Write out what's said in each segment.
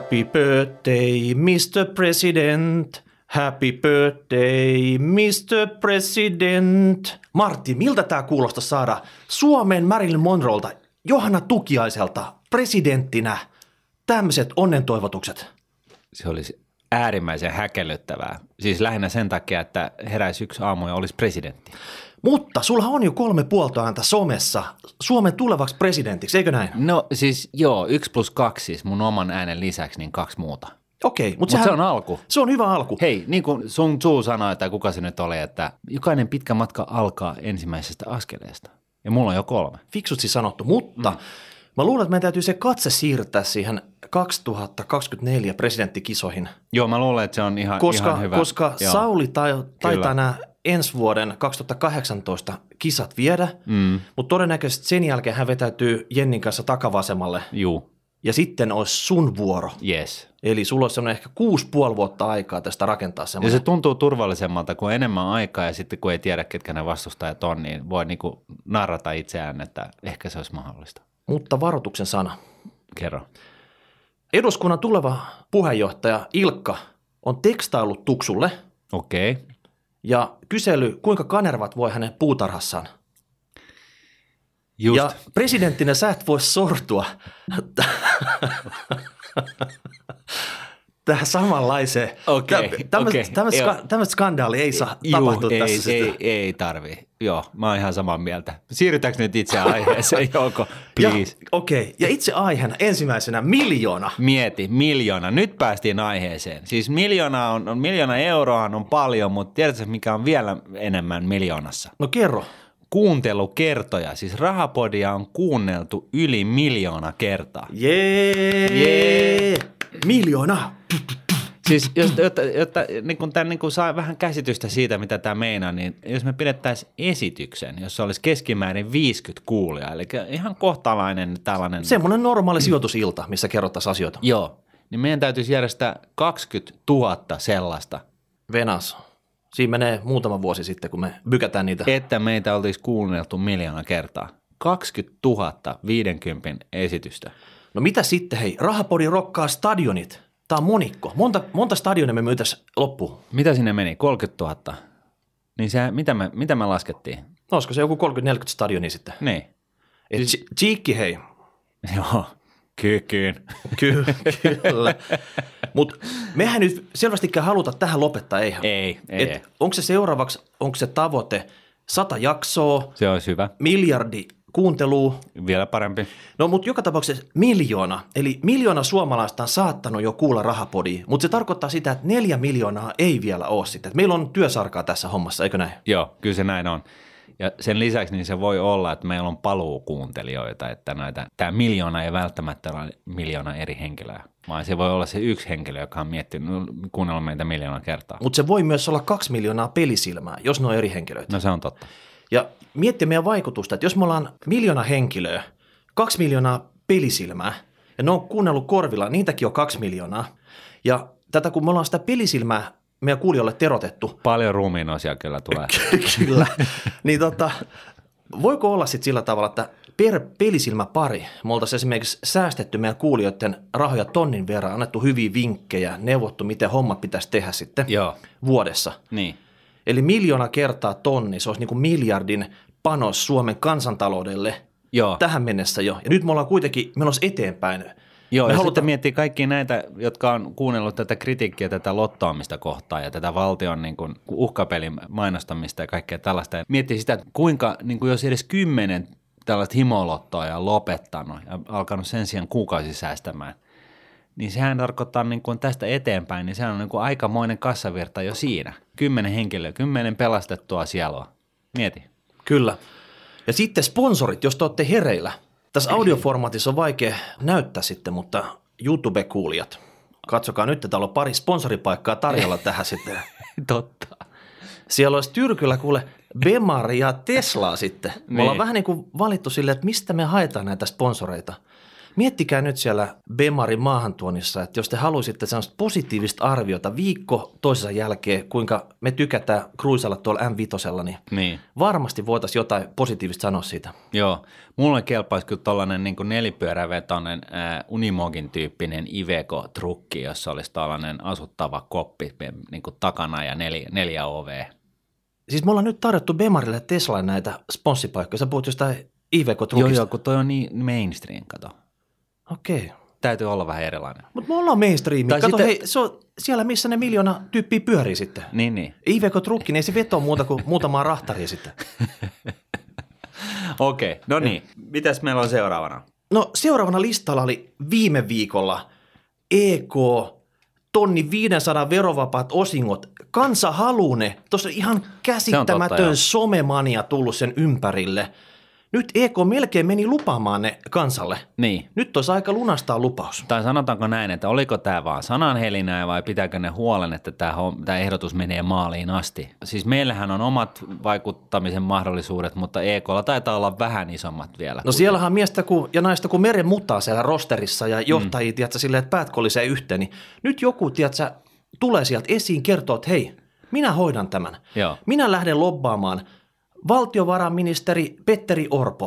Happy birthday, Mr. President. Happy birthday, Mr. President. Martti, miltä tää kuulostaa saada Suomen Marilyn Monroelta, Johanna Tukiaiselta presidenttinä tämmöiset onnentoivotukset? Se olisi äärimmäisen häkellyttävää. Siis lähinnä sen takia, että heräisi yksi aamu ja olisi presidentti. Mutta sulla on jo 3,5 ääntä somessa Suomen tulevaksi presidentiksi, eikö näin? No siis joo, 1+2 siis mun oman äänen lisäksi, niin 2 muuta. Okei, mutta se on alku. Se on hyvä alku. Hei, niin kuin Sun Tzu sanoi, tai kuka se nyt oli, että jokainen pitkä matka alkaa ensimmäisestä askeleesta. Ja mulla on jo 3. Fiksutsi sanottu, mutta mä luulen, että meidän täytyy se katse siirtää siihen 2024 presidenttikisoihin. Joo, mä luulen, että se on ihan hyvä. Koska Sauli taitaa nämä ensi vuoden 2018 kisat viedä, mutta todennäköisesti sen jälkeen hän vetäytyy Jennin kanssa takavasemmalle. Juu. Ja sitten olisi sun vuoro. Yes. Eli sulla olisi semmoinen ehkä 6,5 vuotta aikaa tästä rakentaa semmoinen. Ja se tuntuu turvallisemmalta, kun on enemmän aikaa ja sitten kun ei tiedä, ketkä ne vastustajat on, niin voi niinku narrata itseään, että ehkä se olisi mahdollista. Mutta varoituksen sana. Kerro. Eduskunnan tuleva puheenjohtaja Ilkka on tekstaillut Tuksulle. Okei. Ja kysely, kuinka kanervat voi hänen puutarhassaan. Just. Ja presidenttinä sä et voi sortua tähän samanlaiseen. Tämmöistä skandaalia ei saa tapahtua tässä. Ei tarvii. Joo, mä oon ihan samaa mieltä. Siirrytäänkö nyt itse aiheeseen, Jouko? Please. Ja itse aiheena ensimmäisenä 1 miljoona. Mieti, 1 miljoona. Nyt päästiin aiheeseen. Siis 1 miljoona euroa on paljon, mutta tiedätkö mikä on vielä enemmän miljoonassa? No kerro. Kuuntelukertoja. Siis Rahapodia on kuunneltu yli 1 miljoona kertaa. Jee! 1 miljoona! Siis jotta niin kun saa vähän käsitystä siitä, mitä tämä meinaa, niin jos me pidettäisiin esityksen, jossa olisi keskimäärin 50 kuulijaa, eli ihan kohtalainen tällainen. Semmoinen normaali sijoitusilta, missä kerrottaisiin asioita. Joo, niin meidän täytyisi järjestää 20 000 sellaista. Venas. Siinä menee muutama vuosi sitten, kun me bykätään niitä. Että meitä oltaisiin kuunneltu 1 miljoona kertaa. 20 000 50 esitystä. No mitä sitten, hei, Rahapodi rokkaa stadionit. Tämä on monikko. Monta stadionia me myytäisiin loppuun? Mitä sinne meni? 30 000? Niin se, mitä me laskettiin? No, olisiko se joku 30-40 stadionia sitten? Niin. Cheekki, hei. Joo, kykyyn. Kyllä. Mutta mehän nyt selvästikään haluta tähän lopettaa, eihän? Ei. Onko se seuraavaksi, onko se tavoite 100 jaksoa? Se olisi hyvä. Miljardi kuuntelua. Vielä parempi. No, mutta joka tapauksessa 1 miljoona, eli 1 miljoona suomalaista on saattanut jo kuulla Rahapodia, mutta se tarkoittaa sitä, että 4 miljoonaa ei vielä ole sitä. Meillä on työsarkaa tässä hommassa, eikö näin? Joo, kyllä se näin on. Ja sen lisäksi niin se voi olla, että meillä on paluukuuntelijoita, että tämä 1 miljoona ei välttämättä ole 1 miljoona eri henkilöä, vaan se voi olla se yksi henkilö, joka on miettinyt, kuunnellut meitä 1 miljoona kertaa. Mutta se voi myös olla 2 miljoonaa pelisilmää, jos ne on eri henkilöitä. No se on totta. Ja miettiä meidän vaikutusta, että jos me ollaan 1 miljoona henkilöä, 2 miljoonaa pelisilmää, ja ne on kuunnellut korvilla, niitäkin on 2 miljoonaa, ja tätä kun me ollaan sitä pelisilmää meidän kuulijoille terotettu. Paljon ruumiinosia kyllä tulee. Kyllä. Niin voiko olla sitten sillä tavalla, että per pelisilmäpari me oltaisiin esimerkiksi säästetty meidän kuulijoiden rahoja tonnin verran, annettu hyviä vinkkejä, neuvottu, miten hommat pitäisi tehdä sitten vuodessa. Niin. Eli 1 miljoona kertaa tonni, se olisi niin kuin miljardin panos Suomen kansantaloudelle tähän mennessä jo. Ja nyt me ollaan kuitenkin menossa eteenpäin. Joo, ja sitten miettii kaikkia näitä, jotka on kuunnellut tätä kritiikkiä, tätä lottoamista kohtaan ja tätä valtion niin kuin uhkapelin mainostamista ja kaikkea tällaista. Ja miettii sitä, että kuinka, niin kuin jos edes 10 tällaista himolottoa on lopettanut ja alkanut sen sijaan kuukausi säästämään, niin sehän tarkoittaa niin kuin tästä eteenpäin, niin sehän on niin kuin aikamoinen kassavirta jo siinä. 10 henkilöä, 10 pelastettua sielua. Mieti. Kyllä. Ja sitten sponsorit, jos te olette hereillä. Tässä audioformaatissa on vaikea näyttää sitten, mutta YouTube-kuulijat, katsokaa nyt, täällä on pari sponsoripaikkaa tarjolla tähän sitten. Totta. Siellä olisi Tyrkyllä kuule Bemari ja Teslaa sitten. Me ollaan vähän niin kuin valittu silleen, että mistä me haetaan näitä sponsoreita. Miettikää nyt siellä Bemarin maahantuonnissa, että jos te haluaisitte sellaista positiivista arviota viikko toisensa jälkeen, kuinka me tykätään kruisalla tuolla M5, niin varmasti voitaisiin jotain positiivista sanoa siitä. Joo, mulle kelpaisi kyllä tollainen niin kuin nelipyörävetoinen Unimogin tyyppinen Iveco-trukki, jossa olisi tällainen asuttava koppi niin kuin takana ja 4 OV. Siis me ollaan nyt tarjottu Bemarille ja Teslalle näitä sponssipaikkoja. Sä puhut jostain Iveco-trukista. Joo, kun toi on niin mainstream, kato. Okei. Täytyy olla vähän erilainen. Mutta me ollaan mainstream. Kato, sitten... hei, se on siellä, missä ne 1 miljoona tyyppiä pyörii sitten. Niin. Iveco-trukki, niin ei se veto muuta kuin muutamaa rahtaria sitten. Okei, no niin. Mitäs meillä on seuraavana? No seuraavana listalla oli viime viikolla EK 1500 verovapaat osingot. Kansa haluu ne. Tuossa on ihan käsittämätön somemania tullut sen ympärille. Nyt EK melkein meni lupaamaan ne kansalle. Niin. Nyt olisi aika lunastaa lupaus. Tai sanotaanko näin, että oliko tämä vaan sananhelinää vai pitääkö ne huolen, että tämä ehdotus menee maaliin asti? Siis meillähän on omat vaikuttamisen mahdollisuudet, mutta EK:lla taitaa olla vähän isommat vielä. No siellähän miestä ja naista kuin meren mutaa siellä rosterissa ja johtajia, tiedätkö, silleen, että päät kolisee yhteen. Niin nyt joku, tiedätkö, tulee sieltä esiin, kertoo, että hei, minä hoidan tämän. Joo. Minä lähden lobbaamaan valtiovarainministeri Petteri Orpo,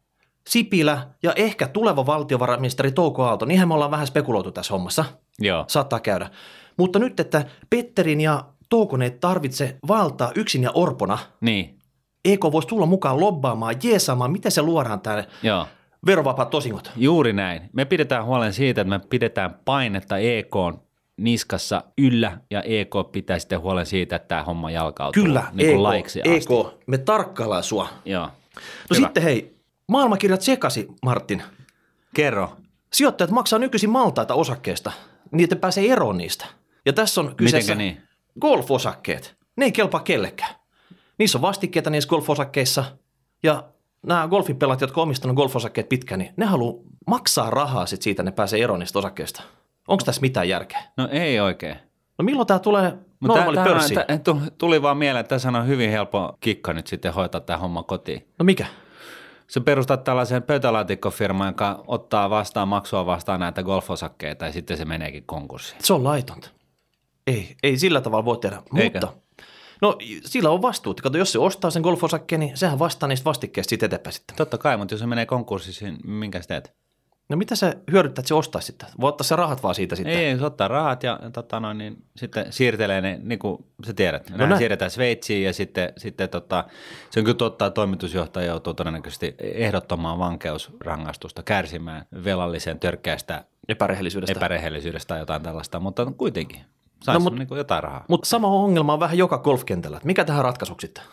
Sipilä ja ehkä tuleva valtiovarainministeri Touko Aalto. Niinhän me ollaan vähän spekuloitu tässä hommassa. Joo. Saattaa käydä. Mutta nyt, että Petterin ja Toukon ei tarvitse valtaa yksin ja Orpona. Niin. EK voisi tulla mukaan lobbaamaan, jeesaamaan, miten se luodaan tänne verovapaat osingot. Juuri näin. Me pidetään huolen siitä, että me pidetään painetta EK:n niskassa yllä ja EK pitää sitten huolen siitä, että tämä homma jalkautuu. Kyllä, niin laiksi asti. EK, me tarkkaillaan sua. Joo. No hyvä. sitten hei, maailmankirjat sekasi, Martin. Kerro. Sijoittajat maksaa nykyisin maltaita osakkeista, niin että pääsee eroon niistä. Ja tässä on kyseessä niin? golfosakkeet. Ne ei kelpaa kellekään. Niissä on vastikkeita niissä golfosakkeissa ja nämä golfipelaat, jotka on omistanut golfosakkeet pitkään, niin ne haluaa maksaa rahaa sit siitä, ne pääsee eroon niistä osakkeista. Onko tässä mitään järkeä? No ei oikein. No milloin tämä tulee normaali pörssiin? Tuli vaan mieleen, että tässä on hyvin helppo kikka nyt sitten hoitaa tämä homma kotiin. No mikä? Se perustat tällaisen pöytälaatikkofirman, joka ottaa maksua vastaan näitä golfosakkeita ja sitten se meneekin konkurssiin. Se on laitonta. Ei sillä tavalla voi tehdä, Eikä? mutta no sillä on vastuut. Kato, jos se ostaa sen golfosakkeen, niin sehän vastaa niistä vastikkeesta siitä eteenpäin sitten. Totta kai, mutta jos se menee konkurssiin, minkä sä teet? No mitä se hyödyttää, että se ostaisi sitten? Voi ottaa se rahat vaan siitä sitten. Ei, se ottaa rahat ja niin sitten siirtelee ne, niin kuin sä tiedät. No siirretään Sveitsiin ja sitten se on kyllä totta, että toimitusjohtaja joutuu todennäköisesti ehdottomaan vankeusrangaistusta kärsimään velallisen törkeästä epärehellisyydestä tai jotain tällaista, mutta kuitenkin saisi niin jotain rahaa. Mutta sama ongelma on vähän joka golfkentällä. Mikä tähän ratkaisuksi sitten?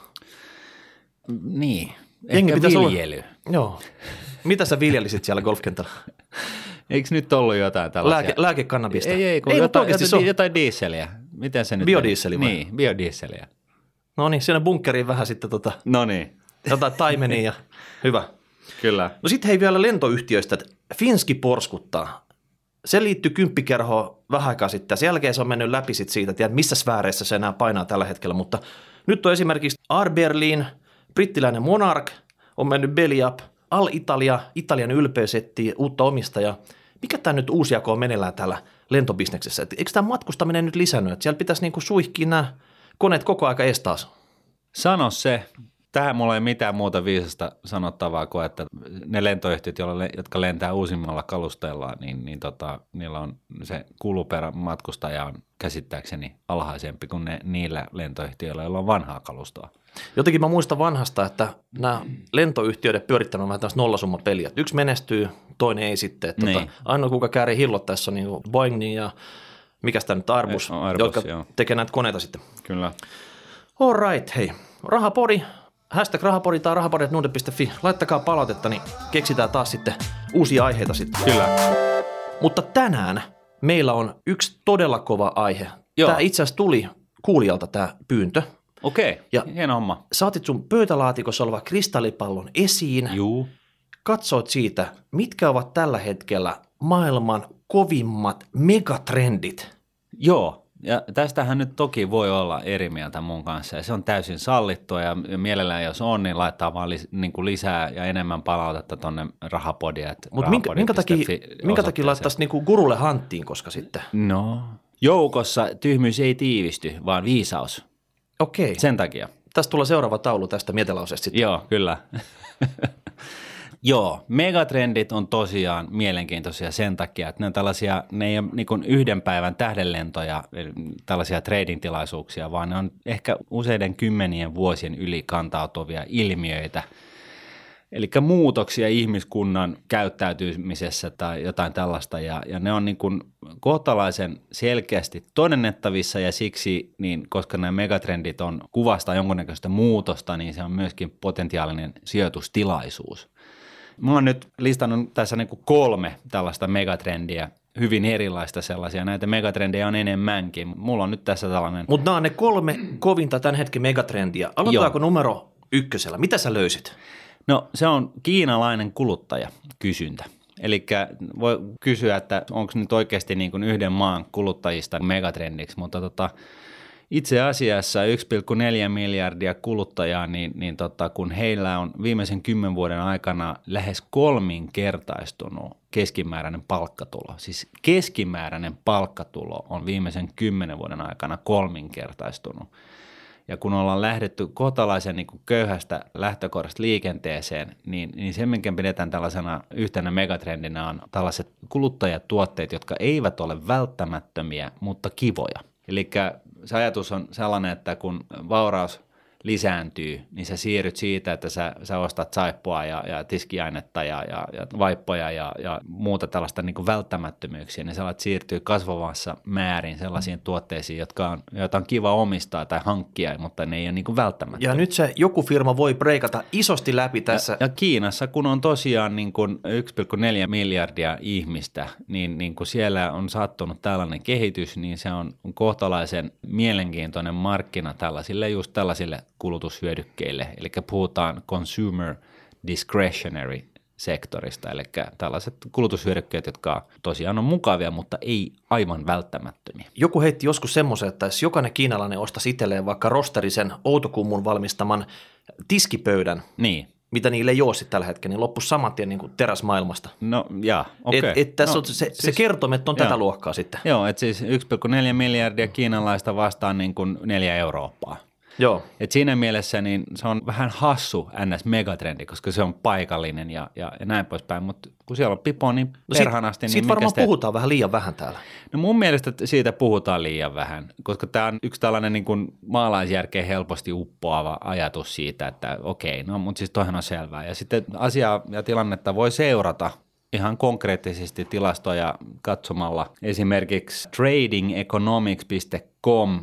Niin, Jengi ehkä viljely. Joo. Mitä sä viljelisit siellä golfkentällä? Eikö nyt ollut jotain tällaisia? Lääkekannabista. Ei, jotain dieseliä. Miten se nyt? Biodieseli vai? Niin, biodieseliä. No niin, siinä bunkkeriin vähän sitten No niin. jotain taimenia ja hyvä. Kyllä. No sitten hei vielä lentoyhtiöistä, että Finski porskuttaa. Se liittyy kymppikerhoon vähän aikaa sitten. Sen jälkeen se on mennyt läpi sit siitä, että missä sfääreissä se enää painaa tällä hetkellä. Mutta nyt on esimerkiksi Air Berlin, brittiläinen Monarch on mennyt belly up. Al-Italia, Italian ylpeys etsii uutta omistajaa. Mikä tämä nyt uusi jako on meneillään täällä lentobisneksessä? Et eikö tämä matkustaminen nyt lisännyt? Että siellä pitäisi niinku suihkia nämä koneet koko aika ees taas? Sano se. Tähän mulla ei mitään muuta viisasta sanottavaa kuin, että ne lentoyhtiöt, jotka lentää uusimmalla kalusteella, niin niillä on se kulu per matkustaja on käsittääkseni alhaisempi kuin niillä lentoyhtiöillä, joilla on vanhaa kalustoa. Jotenkin mä muistan vanhasta, että nämä lentoyhtiöiden pyörittämään vähän tämmöistä nollasummapeliä. Yksi menestyy, toinen ei sitten. Niin. Ainoa kuka käärii hillot tässä on niin Boeing ja mikä sitä nyt Airbus, jotka tekee näitä koneita sitten. Kyllä. All right, hei. Rahapodi, #rahapodi tai rahapodi.nuude.fi. Laittakaa palautetta, niin keksitään taas sitten uusia aiheita sitten. Kyllä. Mutta tänään meillä on yksi todella kova aihe. Joo. Tämä itse asiassa tuli kuulijalta tämä pyyntö. Okei, hieno homma. Saatit sun pöytälaatikossa oleva kristallipallon esiin. Juu. Katsoit siitä, mitkä ovat tällä hetkellä maailman kovimmat megatrendit. Joo, Ja tästähän nyt toki voi olla eri mieltä mun kanssa ja se on täysin sallittua ja mielellään jos on, niin laittaa vaan niin kuin lisää ja enemmän palautetta tonne Rahapodia. Mutta minkä takia laittaisi niin kuin gurulle hanttiin, koska sitten? No, joukossa tyhmyys ei tiivisty, vaan viisaus. Okei. Sen takia. Tästä tulee seuraava taulu tästä mietelauseesta sitten. Joo, kyllä. Joo, megatrendit on tosiaan mielenkiintoisia sen takia, että ne ei ole niin kuin yhden päivän tähdenlentoja, tällaisia trading-tilaisuuksia, vaan ne on ehkä useiden kymmenien vuosien yli kantautuvia ilmiöitä. Eli muutoksia ihmiskunnan käyttäytymisessä tai jotain tällaista ja ne on niin kuin kohtalaisen selkeästi todennettavissa ja siksi, niin koska nämä megatrendit kuvastaa jonkunnäköistä muutosta, niin se on myöskin potentiaalinen sijoitustilaisuus. Mä oon nyt listannut tässä niin kuin 3 tällaista megatrendiä, hyvin erilaista sellaisia. Näitä megatrendejä on enemmänkin. Mulla on nyt tässä tällainen. Mutta nämä on ne 3 kovinta tämän hetken megatrendiä. Aloitetaanko numero 1? Mitä sä löysit? No se on kiinalainen kuluttajakysyntä. Eli voi kysyä, että onko nyt oikeasti niin kuin yhden maan kuluttajista megatrendiksi, mutta itse asiassa 1,4 miljardia kuluttajaa, niin kun heillä on viimeisen 10 vuoden aikana lähes 3-kertaistunut keskimääräinen palkkatulo. Siis keskimääräinen palkkatulo on viimeisen 10 vuoden aikana 3-kertaistunut. Ja kun ollaan lähdetty kohtalaisen niin kuin köyhästä lähtökohdasta liikenteeseen, niin se, minkä pidetään tällaisena yhtenä megatrendinä, on tällaiset kuluttajatuotteet, jotka eivät ole välttämättömiä, mutta kivoja. Eli se ajatus on sellainen, että kun vauraus lisääntyy, niin sä siirryt siitä, että sä ostat saippua ja tiskiainetta ja vaippoja ja muuta tällaista niin kuin välttämättömyyksiä, niin sä alat siirtyä kasvavassa määrin sellaisiin tuotteisiin, joita on kiva omistaa tai hankkia, mutta ne ei ole niin kuin välttämättömiä. Ja nyt se joku firma voi breikata isosti läpi tässä. Ja Kiinassa, kun on tosiaan niin kuin 1,4 miljardia ihmistä, niin kun siellä on sattunut tällainen kehitys, niin se on kohtalaisen mielenkiintoinen markkina tällaisille kulutushyödykkeille, eli puhutaan consumer discretionary sektorista, eli tällaiset kulutushyödykkeet, jotka tosiaan on mukavia, mutta ei aivan välttämättömiä. Joku heitti joskus semmoisen, että jos jokainen kiinalainen ostaisi itselleen vaikka Rosterisen Outokummun valmistaman tiskipöydän, niin. mitä niille ei ole sitten tällä hetkellä, niin loppuisi saman tien niin kuin teräsmaailmasta. No, okei. Tässä on se kertomet on tätä luokkaa sitten. Joo, että siis 1,4 miljardia kiinalaista vastaan niin kuin 4 Eurooppaa. Joo. Et siinä mielessä niin se on vähän hassu NS-megatrendi, koska se on paikallinen ja näin poispäin, mutta kun siellä on pipo niin perhanasti. Siitä varmaan puhutaan vähän liian vähän täällä. No mun mielestä siitä puhutaan liian vähän, koska tämä on yksi tällainen niin kuin maalaisjärkeen helposti uppoava ajatus siitä, että okei, no mutta siis toihan on selvää. Ja sitten asiaa ja tilannetta voi seurata ihan konkreettisesti tilastoja katsomalla esimerkiksi tradingeconomics.com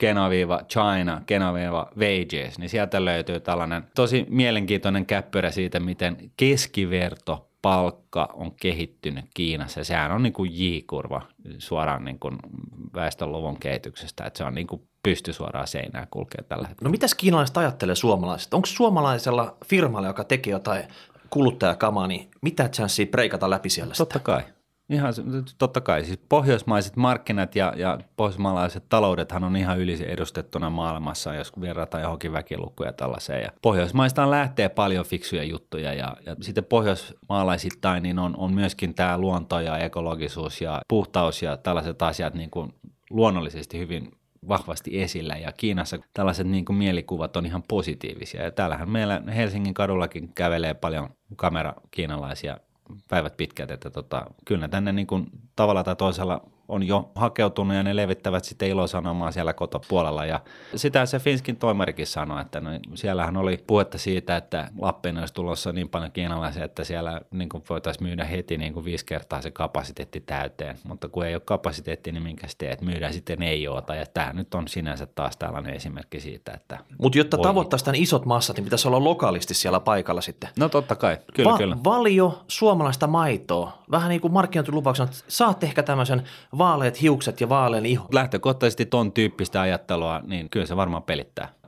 China, wages, niin sieltä löytyy tällainen tosi mielenkiintoinen käppyrä siitä, miten keskivertopalkka on kehittynyt Kiinassa. Sehän on niin kuin J-kurva suoraan niin kuin väestönluvun kehityksestä, että se on niin kuin pysty suoraan seinään kulkee tällä hetkellä. No mitäs kiinalaiset ajattelee suomalaiset? Onko suomalaisella firmalla, joka tekee jotain kuluttajakamaa, niin mitä chanssiä breikata läpi siellä Totta kai. Ihan totta kai. Siis pohjoismaiset markkinat ja pohjoismaalaiset taloudethan on ihan ylisedustettuna maailmassa, jos verrataan johonkin väkilukuja ja tällaiseen. Ja Pohjoismaistaan lähtee paljon fiksuja juttuja ja sitten pohjoismaalaisittain niin on myöskin tämä luonto ja ekologisuus ja puhtaus ja tällaiset asiat niin kuin luonnollisesti hyvin vahvasti esillä ja Kiinassa tällaiset niin kuin mielikuvat on ihan positiivisia. Ja täällähän meillä Helsingin kadullakin kävelee paljon kamerakiinalaisia päivät pitkät, että kyllä tänne niin kuin tavalla tai toisella on jo hakeutunut ja ne levittävät sitten ilosanomaa siellä kotopuolella ja sitä se Finskin toimarikin sanoi, että no, siellähän oli puhetta siitä, että Lappiin olisi tulossa niin paljon kiinalaisia, että siellä niin kuin voitaisiin myydä heti niin kuin 5 kertaa se kapasiteetti täyteen, mutta kun ei ole kapasiteetti, niin minkäs teet, myydään sitten ei oota ja tämä nyt on sinänsä taas tällainen esimerkki siitä, että mutta jotta tavoittaisi tämän isot massat, niin pitäisi olla lokaalisti siellä paikalla sitten. No totta kai, kyllä. Valio suomalaista maitoa, vähän niin kuin markkinointilupauksena, että saat ehkä tämmöisen vaaleat hiukset ja vaalean iho. Lähtökohtaisesti ton tyyppistä ajattelua, niin kyllä se varmaan pelittää.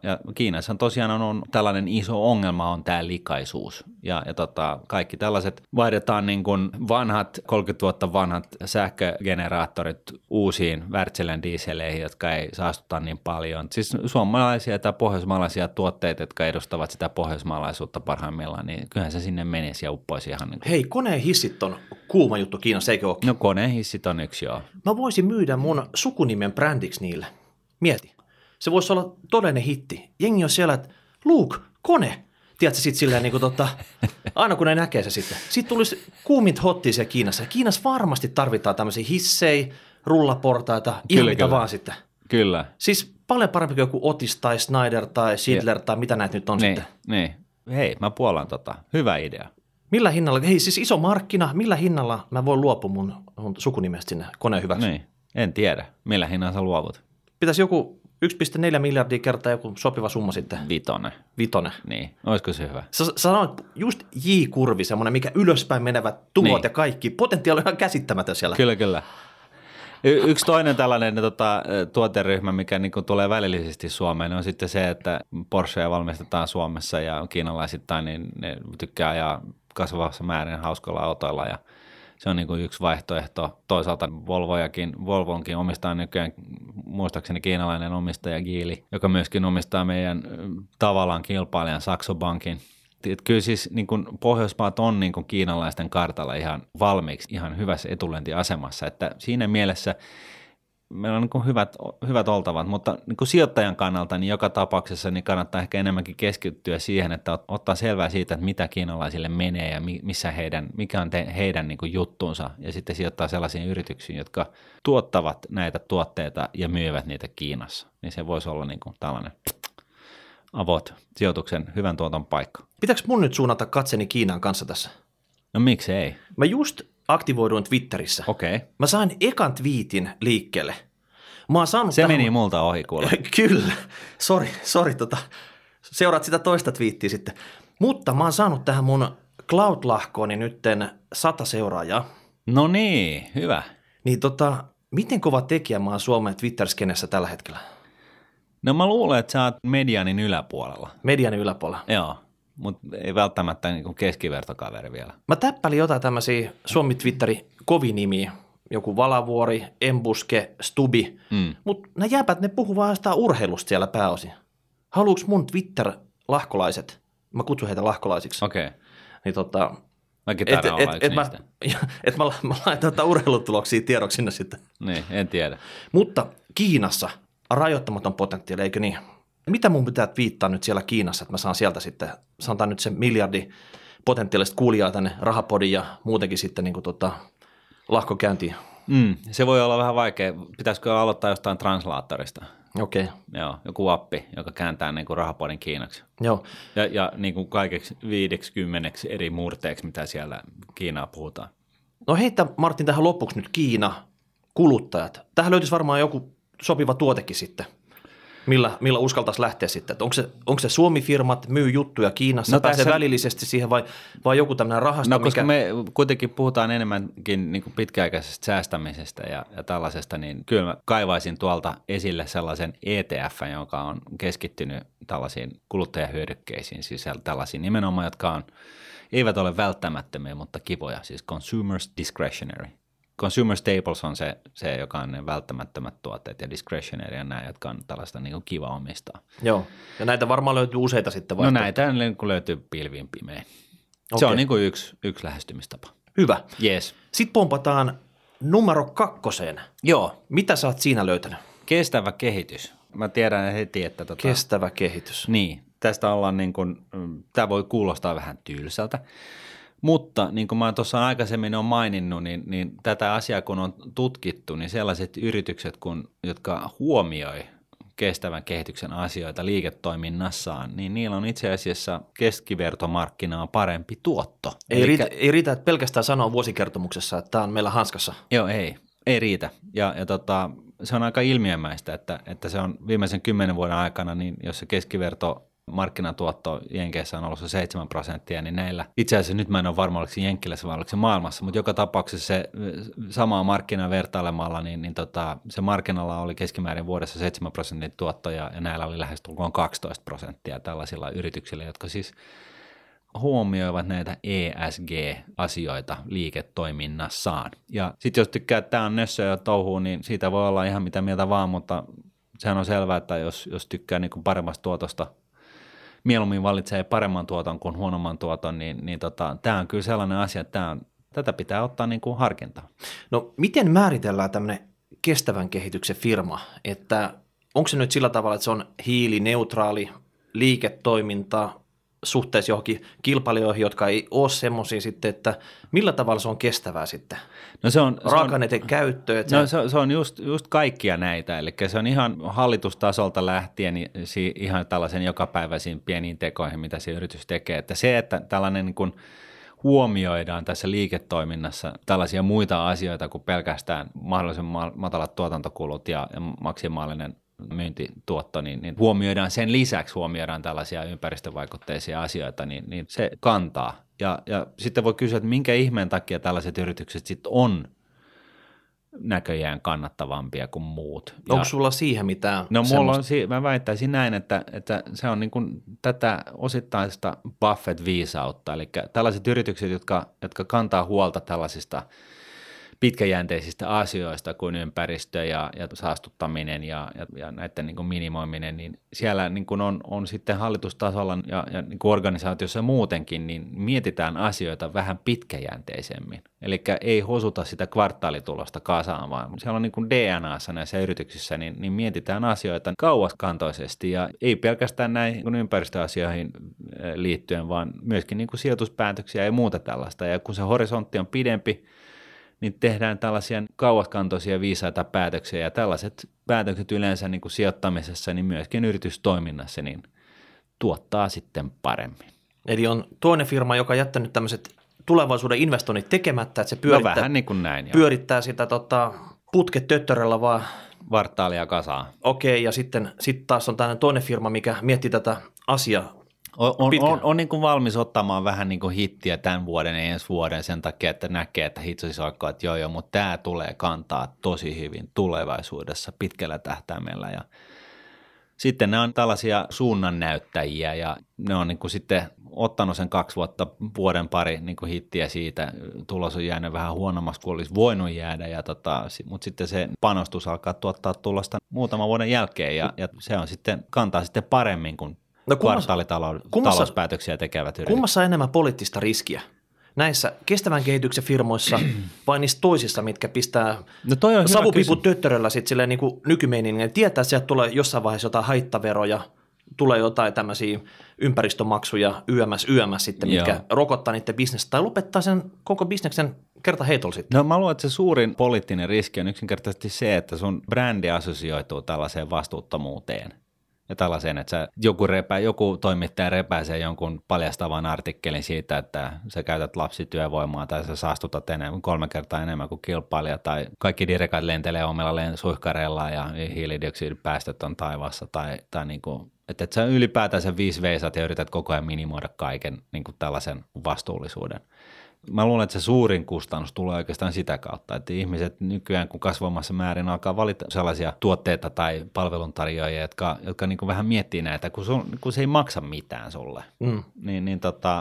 Ja Kiinassa tosiaan on tällainen iso ongelma on tämä likaisuus. Ja kaikki tällaiset vaihdetaan niin kuin vanhat, 30 vuotta vanhat sähkögeneraattorit uusiin Wärtsilän dieseleihin, jotka ei saastuta niin paljon. Siis suomalaisia tai pohjoismaalaisia tuotteita, jotka edustavat sitä pohjoismaalaisuutta parhaimmillaan, niin kyllähän se sinne menisi ja uppoisi ihan niin kuin. Hei, koneen hissit on kuuma juttu Kiinassa, eikö ole? No koneen hissit on yksi, joo. Mä voisin myydä mun sukunimen brändiksi niille. Mieti. Se voisi olla todellinen hitti. Jengi on siellä, että Luke, kone. Tiedätkö sitten silleen niin kuin aina kun ne näkee se sitten. Sitten tulisi kuumint hottia siellä Kiinassa. Ja Kiinassa varmasti tarvitaan tämmöisiä hissejä, rullaportaita, ihan mitä vaan sitten. Kyllä. Siis paljon parempi kuin joku Otis tai Snyder tai Schindler tai mitä näitä nyt on sitten. Niin. Hei, mä puolan Hyvä idea. Millä hinnalla, hei siis iso markkina, millä hinnalla mä voin luopua mun sukunimestä sinne koneen hyväksi? Niin, en tiedä. Millä hinnalla sä luovut? Pitäisi joku 1,4 miljardia kertaa joku sopiva summa sitten. Vitonen. Niin, olisiko se hyvä? Sä sanoit just J-kurvi, semmoinen, mikä ylöspäin menevät tulot niin. Ja kaikki. Potentiaali on ihan käsittämätön siellä. Kyllä. Yksi toinen tällainen tuoteryhmä, mikä niin kuin tulee välillisesti Suomeen, on sitten se, että Porschea valmistetaan Suomessa ja kiinalaisittain, niin ne tykkää ajaa kasvavassa määrin hauskoilla autoilla ja se on niin kuin yksi vaihtoehto. Toisaalta Volvonkin omistaa nykyään muistaakseni kiinalainen omistaja Geely, joka myöskin omistaa meidän tavallaan kilpailijan Saxo Bankin. Kyllä siis niin kuin Pohjoismaat on niin kuin kiinalaisten kartalla ihan valmiiksi, ihan hyvässä etulyöntiasemassa, että siinä mielessä meillä on niin kuin hyvät oltavat, mutta niin kuin sijoittajan kannalta niin joka tapauksessa niin kannattaa ehkä enemmänkin keskittyä siihen, että ottaa selvää siitä, että mitä kiinalaisille menee ja mikä on heidän niin kuin juttuunsa ja sitten sijoittaa sellaisiin yrityksiin, jotka tuottavat näitä tuotteita ja myyvät niitä Kiinassa, niin se voisi olla niin kuin tällainen sijoituksen hyvän tuoton paikka. Pitääkö mun nyt suunnata katseni Kiinaan kanssa tässä? No miksi ei? Mä just aktivoiduin Twitterissä. Okei. Mä sain ekan twiitin liikkeelle. Se meni multa ohi kuule. Kyllä. Sori. Seuraat sitä toista twiittiä sitten. Mutta mä oon saanut tähän mun Cloud-lahkooni nytten 100 seuraajaa. No niin, hyvä. Niin miten kova tekijä mä oon Suomen Twitter-skenessä tällä hetkellä? No mä luulen, että sä oot medianin yläpuolella. Medianin yläpuolella? Joo, mutta ei välttämättä niin kuin keskivertokaveri vielä. Mä täppäilin jotain tämmöisiä Suomi-Twitterin kovinimiä, joku Valavuori, Embuske, Stubi, mutta nämä jääpät, ne puhuu vaan jostain urheilusta siellä pääosin. Haluuks mun Twitter-lahkolaiset, mä kutsun heitä lahkolaisiksi. Okei. Niin mäkin tarvitsen olla yksi niistä. Että mä laitan urheilutuloksia tiedoksi sinne sitten. Niin, en tiedä. Mutta Kiinassa rajoittamaton potentiaali, eikö niin? Mitä mun pitää twiittaa nyt siellä Kiinassa, että mä saan sieltä sitten, sanotaan nyt se miljardi potentiaalista kuulijaa tänne Rahapodin ja muutenkin sitten niin kuin lahkokäyntiin? Se voi olla vähän vaikea. Pitäisikö aloittaa jostain translaattorista? Okei. Joo, joku appi, joka kääntää niin kuin Rahapodin kiinaksi. Joo. Ja niin kuin kaikeksi 50 eri murteeksi, mitä siellä Kiinaa puhutaan. No heitä Martin tähän lopuksi nyt Kiina, kuluttajat. Tähän löytyisi varmaan joku sopiva tuotekin sitten. Millä uskaltaisi lähteä sitten? Onko se Suomi-firmat myy juttuja Kiinassa, pääsee välillisesti siihen vai joku tämmöinen rahasto? No koska me kuitenkin puhutaan enemmänkin niin kuin pitkäaikaisesta säästämisestä ja tällaisesta, niin kyllä mä kaivaisin tuolta esille sellaisen ETF, joka on keskittynyt tällaisiin kuluttajahyödykkeisiin, siis tällaisiin nimenomaan, jotka eivät ole välttämättömiä, mutta kivoja, siis consumers discretionary. Consumer staples on se, joka on ne välttämättömät tuotteet ja discretionary on nämä, jotka on tällaista niin kuin kiva omistaa. Joo, ja näitä varmaan löytyy useita sitten No näitä löytyy pilviin pimein. Okay. Se on niin kuin yksi lähestymistapa. Hyvä. Yes. Sitten pompataan numero 2. Joo. Mitä sä oot siinä löytänyt? Kestävä kehitys. Mä tiedän heti, että Kestävä kehitys. Niin, tästä ollaan niin kuin, tämä voi kuulostaa vähän tylsältä. Mutta niin kuin mä tuossa aikaisemmin olen maininnut, niin tätä asiaa kun on tutkittu, niin sellaiset yritykset, jotka huomioi kestävän kehityksen asioita liiketoiminnassaan, niin niillä on itse asiassa keskivertomarkkinaa parempi tuotto. Ei riitä, että pelkästään sanoa vuosikertomuksessa, että tämä on meillä hanskassa. Joo, ei riitä. Ja se on aika ilmiömäistä, että se on viimeisen 10 vuoden aikana, niin jos se keskiverto markkinatuotto Jenkeissä on ollut se 7%, niin näillä, itse asiassa nyt mä en ole varma, oliko se Jenkkilässä vai oliko se maailmassa, mutta joka tapauksessa se samaa markkinaa vertailemalla, niin se markkinalla oli keskimäärin vuodessa 7% tuotto ja näillä oli lähestulkoon 12% tällaisilla yrityksillä, jotka siis huomioivat näitä ESG-asioita liiketoiminnassaan. Ja sitten jos tykkää, että tämä on nössöä ja touhuu, niin siitä voi olla ihan mitä mieltä vaan, mutta sehän on selvää, että jos tykkää niin kuin paremmasta tuotosta, mieluummin valitsee paremman tuoton kuin huonomman tuoton, niin tämä on kyllä sellainen asia, että tätä pitää ottaa niin kuin harkintaan. No miten määritellään tämmöinen kestävän kehityksen firma, että onko se nyt sillä tavalla, että se on hiilineutraali liiketoiminta suhteessa johonkin kilpailijoihin, jotka ei ole semmoisia sitten, että millä tavalla se on kestävää sitten? No raaka-aineiden käyttö. Se on just kaikkia näitä, eli se on ihan hallitustasolta lähtien ihan tällaisen jokapäiväisiin pieniin tekoihin, mitä se yritys tekee. Että se, että tällainen niin kuin huomioidaan tässä liiketoiminnassa tällaisia muita asioita kuin pelkästään mahdollisimman matalat tuotantokulut ja maksimaalinen myyntituotto, niin huomioidaan sen lisäksi tällaisia ympäristövaikutteisia asioita, niin se kantaa. Ja sitten voi kysyä, että minkä ihmeen takia tällaiset yritykset sitten on näköjään kannattavampia kuin muut. Onko sulla siihen mitään? No mä väittäisin näin, että se on niin kuin tätä osittaista Buffett-viisautta, eli tällaiset yritykset, jotka kantaa huolta tällaisista pitkäjänteisistä asioista kuin ympäristö ja saastuttaminen ja näiden niin kuin minimoiminen, niin siellä niin kuin on sitten hallitustasolla ja niin kuin organisaatiossa muutenkin, niin mietitään asioita vähän pitkäjänteisemmin. Eli ei hosuta sitä kvartaalitulosta kasaan, vaan siellä on niin kuin DNAssa näissä yrityksissä, niin mietitään asioita kauaskantoisesti ja ei pelkästään näihin ympäristöasioihin liittyen, vaan myöskin niin kuin sijoituspäätöksiä ja muuta tällaista. Ja kun se horisontti on pidempi, niin tehdään tällaisia kauaskantoisia viisaita päätöksiä ja tällaiset päätökset yleensä niin kuin sijoittamisessa, niin myöskin yritystoiminnassa, niin tuottaa sitten paremmin. Eli on toinen firma, joka on jättänyt tämmöiset tulevaisuuden investoinnit tekemättä, että se vähän niin kuin näin, pyörittää sitä putket töttörellä vaan. Vartaalia kasaan. Okei, ja sitten taas on tämmöinen toinen firma, mikä miettii tätä asiaa. On niin kuin valmis ottamaan vähän niin kuin hittiä tämän vuoden ja ensi vuoden sen takia, että näkee, että hitsoisi oikein, että joo, mutta tämä tulee kantaa tosi hyvin tulevaisuudessa pitkällä tähtäimellä. Ja sitten ne on tällaisia suunnannäyttäjiä ja ne on niin kuin sitten ottanut sen 2 vuotta, vuoden pari niin kuin hittiä siitä. Tulos on jäänyt vähän huonommaksi kuin olisi voinut jäädä, mutta sitten se panostus alkaa tuottaa tulosta muutaman vuoden jälkeen ja se on sitten, kantaa sitten paremmin kuin kvartaalitalouspäätöksiä tekevät yritykset. Kummassa on enemmän poliittista riskiä? Näissä kestävän kehityksen firmoissa vai niissä toisissa, mitkä pistää savupiput töttöröllä sitten silleen niin kuin nykymeiningin. Tietää, että sieltä tulee jossain vaiheessa jotain haittaveroja, tulee jotain tämmöisiä ympäristömaksuja yömäs sitten, mitkä rokottaa niiden bisnestä tai lopettaa sen koko bisneksen kerta heitolla sitten. No mä luulen, että se suurin poliittinen riski on yksinkertaisesti se, että sun brändi assosioituu tällaiseen vastuuttomuuteen. Ja tällaiseen, että joku toimittaja repäisee jonkun paljastavan artikkelin siitä, että sä käytät lapsityövoimaa tai sä saastutat 3 kertaa enemmän kuin kilpailija tai kaikki direkat lentelee omilla suihkareillaan ja hiilidioksidipäästöt on taivaassa tai niin kuin, että sä ylipäätään sen 5 veisat ja yrität koko ajan minimoida kaiken niin kuin tällaisen vastuullisuuden. Mä luulen, että se suurin kustannus tulee oikeastaan sitä kautta, että ihmiset nykyään kun kasvamassa määrin alkaa valita sellaisia tuotteita tai palveluntarjoajia, jotka niin kuin vähän miettii näitä, kun se ei maksa mitään sulle, niin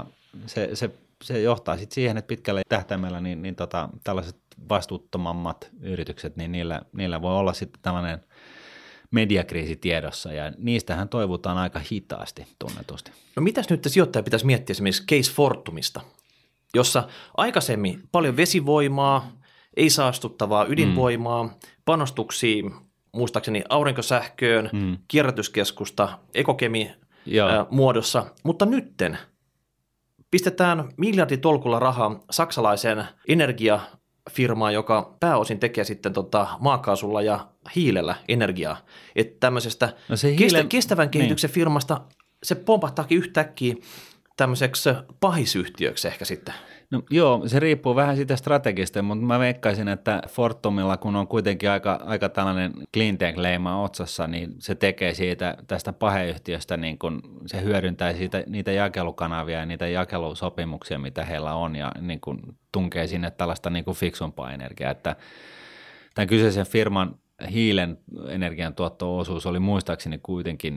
se johtaa sitten siihen, että pitkällä tähtäimellä niin tällaiset vastuuttomammat yritykset, niin niillä voi olla sitten tällainen mediakriisi tiedossa ja niistähän toivutaan aika hitaasti tunnetusti. No mitäs nyt sijoittaja pitäisi miettiä esimerkiksi Case Fortumista, jossa aikaisemmin paljon vesivoimaa, ei saastuttavaa ydinvoimaa, panostuksia muistaakseni aurinkosähköön, kierrätyskeskusta, ekokemi muodossa, mutta nytten pistetään miljarditolkulla rahaa saksalaiseen energiafirmaan, joka pääosin tekee sitten maakaasulla ja hiilellä energiaa. Että tämmöisestä kestävän kehityksen firmasta se pompahtaakin yhtäkkiä tämmöiseksi pahisyhtiöksi ehkä sitten. No, joo, se riippuu vähän siitä strategista, mutta mä veikkaisin, että Fortumilla, kun on kuitenkin aika tällainen cleantech-leima otsassa, niin se tekee siitä tästä paheyhtiöstä, niin kun se hyödyntää niitä jakelukanavia ja niitä jakelusopimuksia, mitä heillä on, ja niin kun tunkee sinne tällaista niin kun fiksumpaa energiaa. Että tämän kyseisen firman hiilen energiantuotto-osuus oli muistaakseni kuitenkin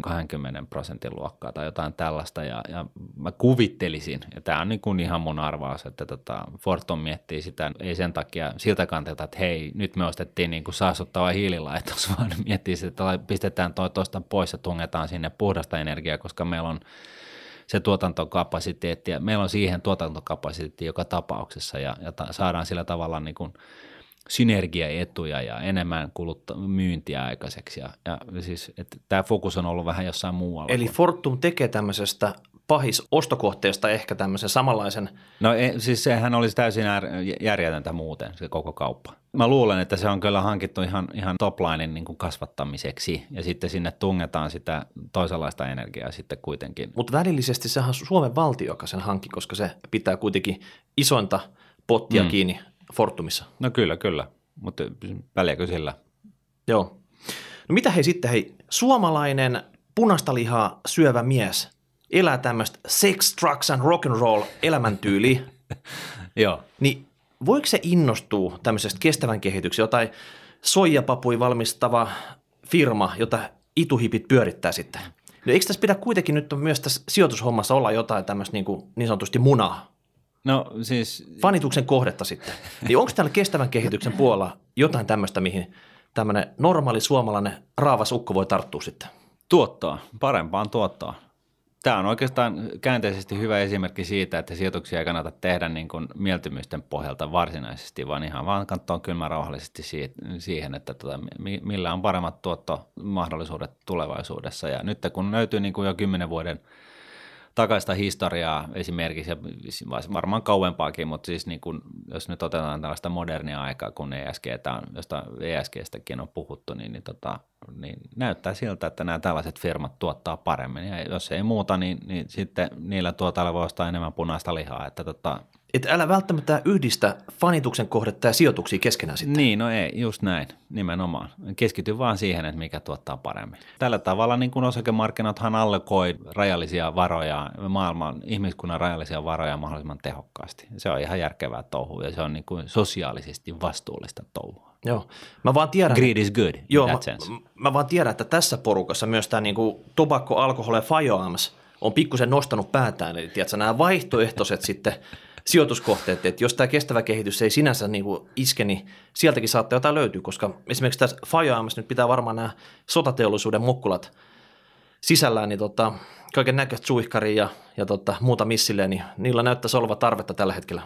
20% luokkaa tai jotain tällaista, ja mä kuvittelisin, ja tämä on niin kuin ihan mun arvaus, että Fortum miettii sitä, ei sen takia siltä kantilta, että hei, nyt me ostettiin niin kuin saastuttava hiililaitos, vaan miettii sitä, että pistetään tuosta pois ja tungetaan sinne puhdasta energiaa, koska meillä on se tuotantokapasiteetti, ja meillä on siihen tuotantokapasiteetti joka tapauksessa, ja saadaan sillä tavalla niin kuin synergiaetuja ja enemmän myyntiä aikaiseksi. Ja siis, että tämä fokus on ollut vähän jossain muualla. Eli Fortum tekee tämmöisestä ostokohteesta ehkä tämmöisen samanlaisen. No siis sehän olisi täysin järjetöntä muuten, se koko kauppa. Mä luulen, että se on kyllä hankittu ihan toplinen niin kuin kasvattamiseksi, ja sitten sinne tungetaan sitä toisenlaista energiaa sitten kuitenkin. Mutta välillisesti sehän on Suomen valtio, joka sen hankki, koska se pitää kuitenkin isointa pottia kiinni Fortumissa. No kyllä, mutta väliäkö sillä? Joo. No mitä suomalainen punaista lihaa syövä mies elää tämmöistä sex, drugs and rock and roll elämäntyyliä. Joo. Niin voiko se innostua tämmöisestä kestävän kehityksen, jotain soijapapui valmistava firma, jota ituhipit pyörittää sitten? No eikö tässä pidä kuitenkin nyt myös tässä sijoitushommassa olla jotain tämmöistä niin sanotusti munaa? No siis Fanituksen kohdetta sitten. Niin onko täällä kestävän kehityksen puolella jotain tämmöistä, mihin tämmöinen normaali suomalainen raavas ukko voi tarttua sitten? Parempaan tuottoa. Tämä on oikeastaan käänteisesti hyvä esimerkki siitä, että sijoituksia ei kannata tehdä niin kuin mieltymysten pohjalta varsinaisesti, vaan katsoa kylmän rauhallisesti siihen, että millä on paremmat tuottomahdollisuudet tulevaisuudessa. Ja nyt kun löytyy niin kuin jo 10 vuoden takaista historiaa esimerkiksi, ja varmaan kauempaakin, mutta siis niin kun, jos nyt otetaan tällaista modernia aikaa, kun josta ESGstäkin on puhuttu, niin näyttää siltä, että nämä tällaiset firmat tuottaa paremmin, ja jos ei muuta, niin sitten niillä tuotailla voi ostaa enemmän punaista lihaa. Että älä välttämättä yhdistä fanituksen kohdetta ja sijoituksia keskenään sitten. Niin, no ei, just näin, nimenomaan. Keskity vaan siihen, että mikä tuottaa paremmin. Tällä tavalla niin kuin osakemarkkinathan allokoi rajallisia varoja, maailman ihmiskunnan rajallisia varoja mahdollisimman tehokkaasti. Se on ihan järkevää touhua, ja se on niin kuin sosiaalisesti vastuullista touhua. Joo, mä vaan tiedän. Greed is good, in that sense. Mä vaan tiedän, että tässä porukassa myös tämä niinku tobacco, alkoholi ja firearms on pikkusen nostanut päätään. Eli tiedätkö, nämä vaihtoehtoiset sitten sijoituskohteet, että jos tämä kestävä kehitys ei sinänsä niinku iske, niin sieltäkin saattaa jotain löytyä, koska esimerkiksi tässä firearms nyt pitää varmaan nämä sotateollisuuden mukkulat sisällään, niin kaiken näköistä suihkaria ja muuta missilleen, niin niillä näyttäisi olevan tarvetta tällä hetkellä.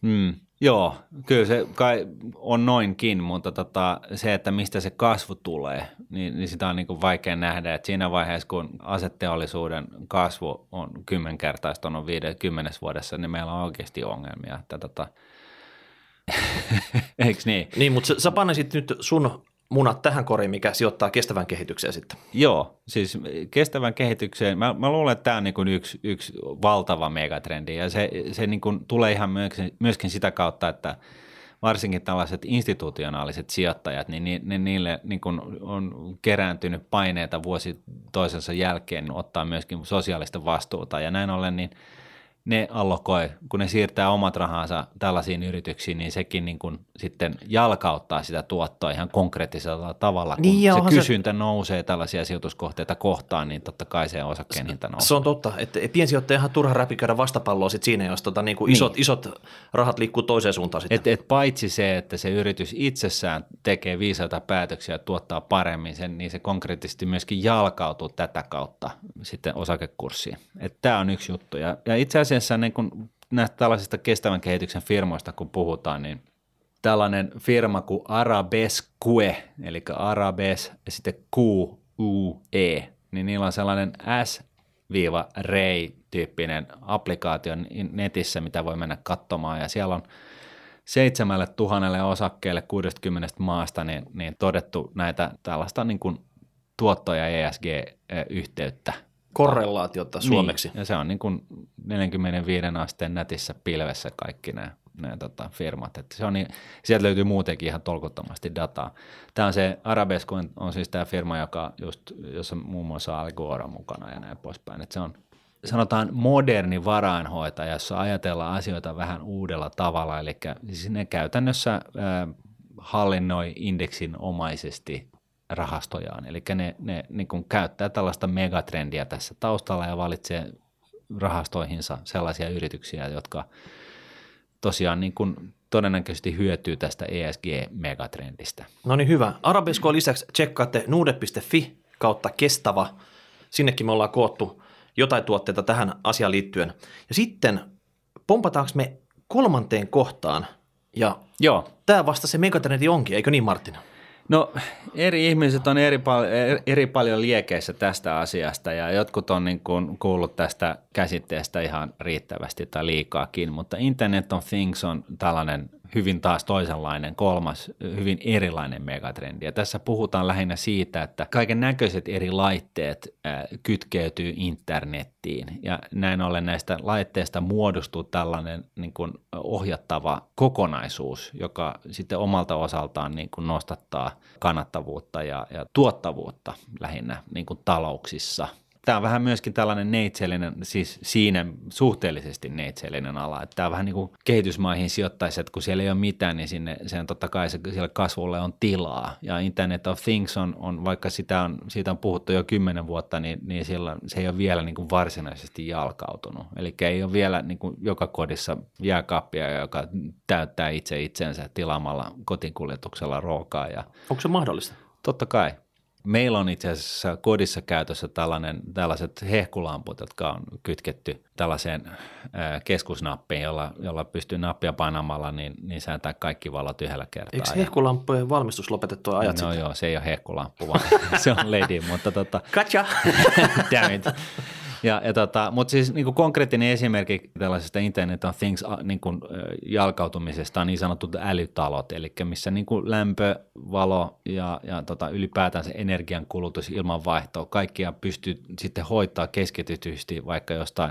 Joo, kyllä se kai on noinkin, mutta se, että mistä se kasvu tulee, niin sitä on niin kuin vaikea nähdä. Että siinä vaiheessa, kun aseteollisuuden kasvu on 10-kertaistunut 50 vuodessa, niin meillä on oikeasti ongelmia. Eikö niin? Niin, mutta sä panesit nyt sun munat tähän koriin, mikä sijoittaa kestävän kehitykseen sitten. Joo, siis kestävän kehitykseen, mä luulen, että tämä on niin kuin yksi valtava megatrendi, ja se niin kuin tulee ihan myöskin sitä kautta, että varsinkin tällaiset institutionaaliset sijoittajat, niin niille niin kuin on kerääntynyt paineita vuosi toisensa jälkeen ottaa myöskin sosiaalista vastuuta, ja näin ollen niin ne allokoi, kun ne siirtää omat rahansa tällaisiin yrityksiin, niin sekin niin kuin sitten jalkauttaa sitä tuottoa ihan konkreettisella tavalla. Kun niin, se kysyntä nousee tällaisia sijoituskohteita kohtaan, niin totta kai se osakkeen hinta nousee. Se on totta, että piensijoittaja ihan turha räpikäydä vastapalloa sit siinä, jos niin kuin isot rahat liikkuu toiseen suuntaan sitten. Et paitsi se, että se yritys itsessään tekee viisaita päätöksiä ja tuottaa paremmin sen, niin se konkreettisesti myöskin jalkautuu tätä kautta sitten osakekurssiin. Tämä on yksi juttu. Ja itse asiassa niin kun näistä tällaisista kestävän kehityksen firmoista, kun puhutaan, niin tällainen firma kuin Arabesque, eli Arabes ja sitten QUE, niin niillä on sellainen S-Rei-tyyppinen applikaatio netissä, mitä voi mennä katsomaan, ja siellä on 7,000 osakkeelle 60 maasta niin todettu näitä tällaista niin kuin tuotto- ja ESG-yhteyttä. Korrelaatiota suomeksi. Niin, ja se on niin kuin 45 asteen nätissä pilvessä kaikki nämä ne firmat. Että se on niin, sieltä löytyy muutenkin ihan tolkuttomasti dataa. Tämä on se Arabesque on siis tämä firma, jossa muun muassa Al Gore on mukana ja näin poispäin. Että se on sanotaan moderni varainhoitaja, jossa ajatellaan asioita vähän uudella tavalla, eli siis ne käytännössä hallinnoi indeksinomaisesti rahastojaan, eli ne niin kuin käyttää tällaista megatrendiä tässä taustalla ja valitsee rahastoihinsa sellaisia yrityksiä, jotka tosiaan niin kuin todennäköisesti hyötyy tästä ESG-megatrendistä. No niin, hyvä. Arabesque lisäksi tsekkaatte nuude.fi kautta kestävä. Sinnekin me ollaan koottu jotain tuotteita tähän asiaan liittyen. Ja sitten pompataanko me 3. kohtaan, ja Joo. Tämä vasta se megatrendi onkin, eikö niin Martin? No eri ihmiset on eri paljon liekeissä tästä asiasta ja jotkut on niin kuin kuullut tästä käsitteestä ihan riittävästi tai liikaakin, mutta Internet of Things on tällainen hyvin taas toisenlainen, kolmas, hyvin erilainen megatrendi. Ja tässä puhutaan lähinnä siitä, että kaiken näköiset eri laitteet kytkeytyy internettiin ja näin ollen näistä laitteista muodostuu tällainen niin kuin ohjattava kokonaisuus, joka sitten omalta osaltaan niin kuin nostattaa kannattavuutta ja tuottavuutta lähinnä niin kuin talouksissa. Tämä on vähän myöskin tällainen neitsellinen, siis siinä suhteellisesti neitsellinen ala, että tämä on vähän niin kuin kehitysmaihin sijoittaisi, että kun siellä ei ole mitään, niin sen totta kai siellä kasvulle on tilaa. Ja Internet of Things on vaikka siitä on puhuttu jo 10 vuotta, niin silloin se ei ole vielä niin kuin varsinaisesti jalkautunut. Eli ei ole vielä niin kuin joka kodissa jääkaappia, joka täyttää itsensä tilaamalla kotikuljetuksella ruokaa. Onko se mahdollista? Totta kai. Meillä on itse asiassa kodissa käytössä tällaiset hehkulamput, jotka on kytketty tällaiseen keskusnappiin, jolla pystyy nappia painamalla, niin säätää kaikki valot yhdellä kertaa. Eikö hehkulampujen valmistus lopetettu ajat sitten? No joo, se ei ole hehkulamppu, vaan se on LED, mutta Katja! Damn it. Mutta siis niin kuin konkreettinen esimerkki tällaisesta Internet of Things niin kuin jalkautumisesta on niin sanotut älytalot, eli missä niin kuin lämpö, valo ja ylipäätään se energiankulutus, ilmanvaihto, kaikkia pystyy sitten hoitaa keskitytysti vaikka jostain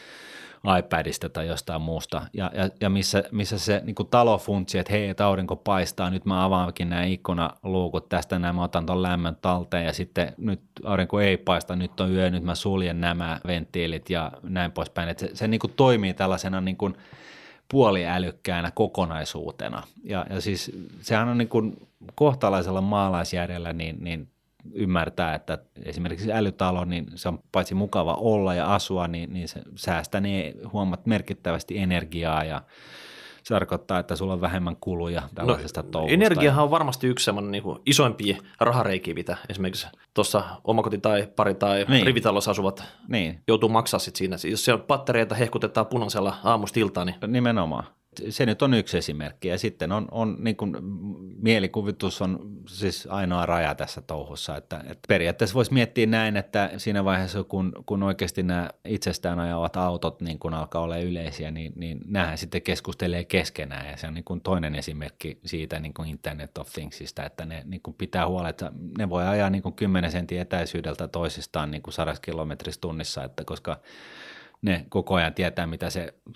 iPadista tai jostain muusta, ja missä se niin kuin talo funtsii, että hei, että aurinko paistaa, nyt mä avaankin nämä ikkunaluukut, tästä mä otan ton lämmön talteen, ja sitten nyt aurinko ei paista, nyt on yö, nyt mä suljen nämä venttiilit ja näin poispäin, että se niin kuin toimii tällaisena niin kuin puoliälykkäänä kokonaisuutena, ja siis sehän on niin kuin kohtalaisella maalaisjärjellä niin ymmärtää, että esimerkiksi älytalo, niin se on paitsi mukava olla ja asua, niin se säästää huomaat merkittävästi energiaa ja se tarkoittaa, että sulla on vähemmän kuluja tällaisesta touhusta. Energiahan on varmasti yksi semmoinen niin kuin isoimpia rahareikiä, mitä esimerkiksi tuossa omakoti- tai pari- tai rivitalossa asuvat joutuu maksaa sit siinä. Jos siellä pattereita hehkutetaan punaisella aamusta iltaan, niin... Nimenomaan. Se nyt on yksi esimerkki ja sitten on niin kuin mielikuvitus on siis ainoa raja tässä touhussa, että periaatteessa voisi miettiä näin, että siinä vaiheessa kun oikeasti nämä itsestään ajavat autot niin kun alkaa olla yleisiä, niin näähän sitten keskustelee keskenään ja se on niin kuin toinen esimerkki siitä niin kuin Internet of Thingsista, että ne niin kuin pitää huolta, että ne voi ajaa niin kuin 10 sentin etäisyydeltä toisistaan niin kuin 100 kilometrissä tunnissa, että koska ne koko ajan tietää, mitä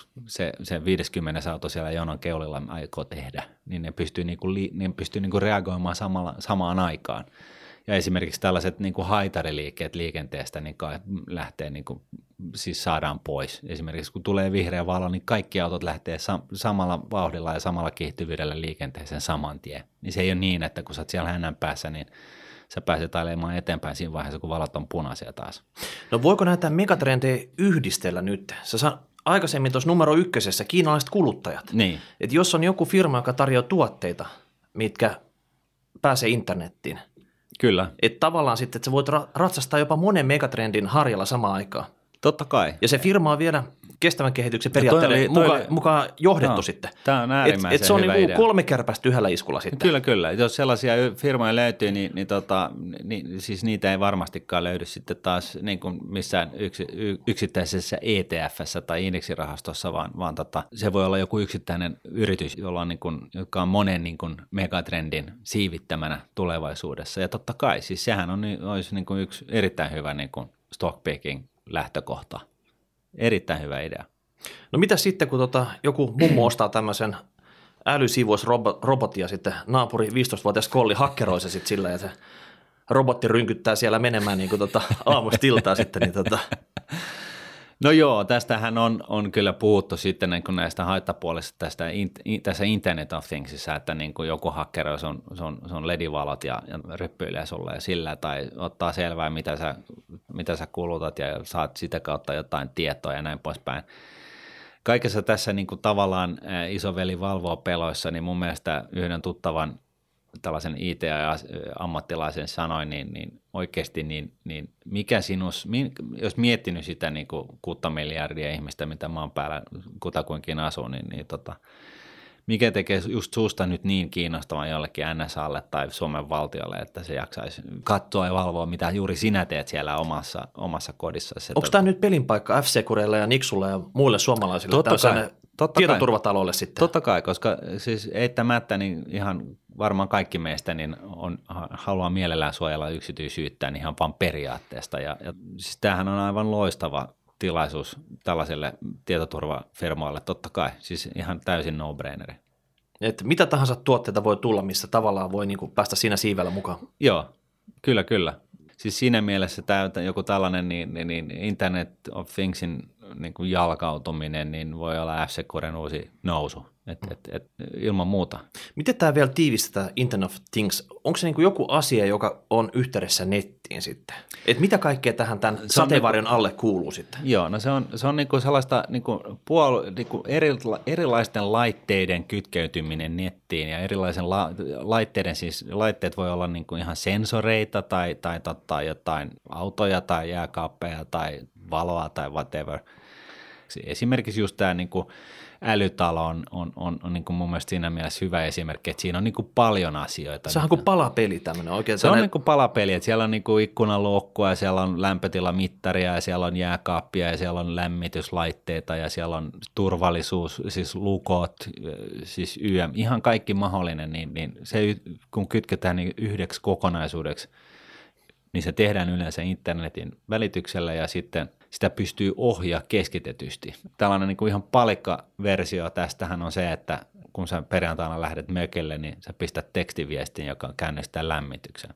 se 50 auto siellä jonon keulilla aikoo tehdä, niin ne pystyy, reagoimaan samaan aikaan. Ja esimerkiksi tällaiset niin kuin haitariliikkeet liikenteestä niin lähtee, niin kuin, siis saadaan pois. Esimerkiksi kun tulee vihreä valo, niin kaikki autot lähtee samalla vauhdilla ja samalla kiihtyvyydellä liikenteeseen saman tien. Niin se ei ole niin, että kun sä oot siellä hännän päässä, niin sä pääset ailemaan eteenpäin siinä vaiheessa, kun valot on punaisia taas. No voiko näitä megatrendejä yhdistellä nyt? Aikaisemmin tuossa numero 1 kiinalaiset kuluttajat. Niin. Että jos on joku firma, joka tarjoaa tuotteita, mitkä pääsee internettiin. Kyllä. Että tavallaan sitten, että sä voit ratsastaa jopa monen megatrendin harjalla samaan aikaan. Totta kai. Ja se firma on vielä kestävän kehityksen periaatteelle mukaan johdettu sitten. Tämä on äärimmäisen et se on hyvä niin idea. 3 kärpästä yhdellä iskulla sitten. Kyllä. Jos sellaisia firmoja löytyy, niin siis niitä ei varmastikaan löydy sitten taas niin kuin missään yksittäisessä ETF:ssä tai indeksirahastossa, vaan se voi olla joku yksittäinen yritys, joka on monen niin kuin megatrendin siivittämänä tulevaisuudessa. Ja totta kai, siis sehän olisi niin kuin yksi erittäin hyvä niin kuin stock picking lähtökohta. Erittäin hyvä idea. No mitä sitten, kun joku mummo ostaa tämmöisen älysiivousrobotin ja sitten naapuri 15-vuotias kolli hakkeroi se sitten sillä ja se robotti rynkyttää siellä menemään niin kuin aamusta iltaa sitten. Niin No joo, tästähän on kyllä puhuttu sitten niin kuin näistä haittapuolista tässä Internet of Thingsissa, että niin kuin joku hakkeroi sun LED-valot ja ryppyilee sulle ja sillä tai ottaa selvää, mitä sä kulutat ja saat sitä kautta jotain tietoa ja näin poispäin. Kaikessa tässä niin kuin tavallaan isoveli valvoo peloissa, niin mun mielestä yhden tuttavan tällaisen IT-ammattilaisen sanoin, niin oikeasti, niin mikä jos miettinyt sitä niin kuin 6 miljardia ihmistä, mitä maan päällä kutakuinkin asuu, niin mikä tekee just susta nyt niin kiinnostavan jollekin NSAlle tai Suomen valtiolle, että se jaksaisi katsoa ja valvoa, mitä juuri sinä teet siellä omassa kodissa. Onko tämä nyt pelin paikka F-Secureille ja Niksulle ja muille suomalaisille? Totta tietoturvataloille sitten. Totta kai, koska siis eittämättä niin ihan varmaan kaikki meistä niin haluaa mielellään suojella yksityisyyttään ihan vaan periaatteesta. Ja siis tämähän on aivan loistava tilaisuus tällaiselle tietoturvafirmoille, totta kai, siis ihan täysin no-braineri. Että mitä tahansa tuotteita voi tulla, missä tavallaan voi niin kuin päästä siinä siivellä mukaan. Joo, kyllä. Siis siinä mielessä joku tällainen niin Internet of Thingsin niin kuin jalkautuminen niin voi olla F-Securen uusi nousu, ilman muuta. Miten tämä vielä tiivistetään Internet of Things? Onko se niin kuin joku asia, joka on yhteydessä nettiin sitten? Et mitä kaikkea tähän tämän sateenvarjon alle kuuluu sitten? Joo, no se on niin kuin sellaista niin kuin erilaisten laitteiden kytkeytyminen nettiin ja erilaisen laitteet voi olla niin kuin ihan sensoreita tai jotain autoja tai jääkaappeja tai valoa tai whatever. Esimerkiksi just tämä niin kuin älytalo on niin kuin mun mielestä siinä mielessä hyvä esimerkki, että siinä on niin kuin paljon asioita. Se on kuin palapeli tämmöinen oikein. Se on niin kuin palapeli, että siellä on niin kuin ikkunaloukkua ja siellä on lämpötilamittaria ja siellä on jääkaappia ja siellä on lämmityslaitteita ja siellä on turvallisuus, siis lukot, siis ihan kaikki mahdollinen, niin se kun kytketään niin yhdeksi kokonaisuudeksi, niin se tehdään yleensä internetin välityksellä ja sitten sitä pystyy ohjaa keskitetysti. Tällainen niin kuin ihan palikkaversio tästähän on se, että kun sä perjantaina lähdet mökille, niin sä pistät tekstiviestin, joka käynnistää lämmityksen.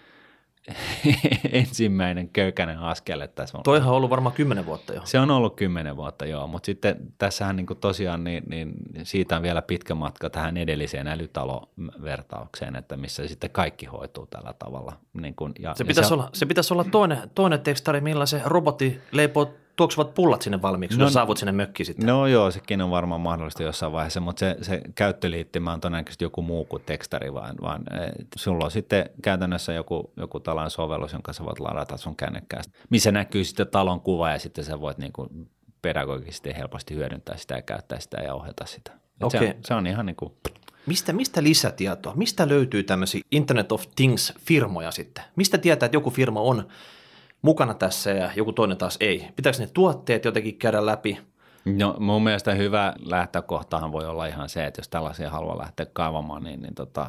Ensimmäinen köykäinen askel. Toihan on ollut varmaan 10 vuotta jo. Se on ollut 10 vuotta, joo, mutta sitten tässähän niin kuin tosiaan niin siitä on vielä pitkä matka tähän edelliseen älytalovertaukseen, että missä sitten kaikki hoituu tällä tavalla. Niin kuin, se pitäisi olla toinen tekstari, millä se robotti leipoo tuoksuvat pullat sinne valmiiksi, jos saavut sinne mökkiin sitten. No joo, sekin on varmaan mahdollista jossain vaiheessa, mutta se käyttöliittymä on todennäköisesti joku muu kuin tekstari, vaan sulla on sitten käytännössä joku tällainen sovellus, jonka sä voit ladata sun kännykkäästä, missä näkyy sitten talon kuva ja sitten sä voit niin kuin pedagogisesti helposti hyödyntää sitä ja käyttää sitä ja ohjata sitä. Okay. Se on ihan niin kuin... Mistä lisätietoa? Mistä löytyy tämmöisiä Internet of Things-firmoja sitten? Mistä tietää, että joku firma on mukana tässä ja joku toinen taas ei? Pitääkö ne tuotteet jotenkin käydä läpi? No mun mielestä hyvä lähtökohtahan voi olla ihan se, että jos tällaisia haluaa lähteä kaivamaan, niin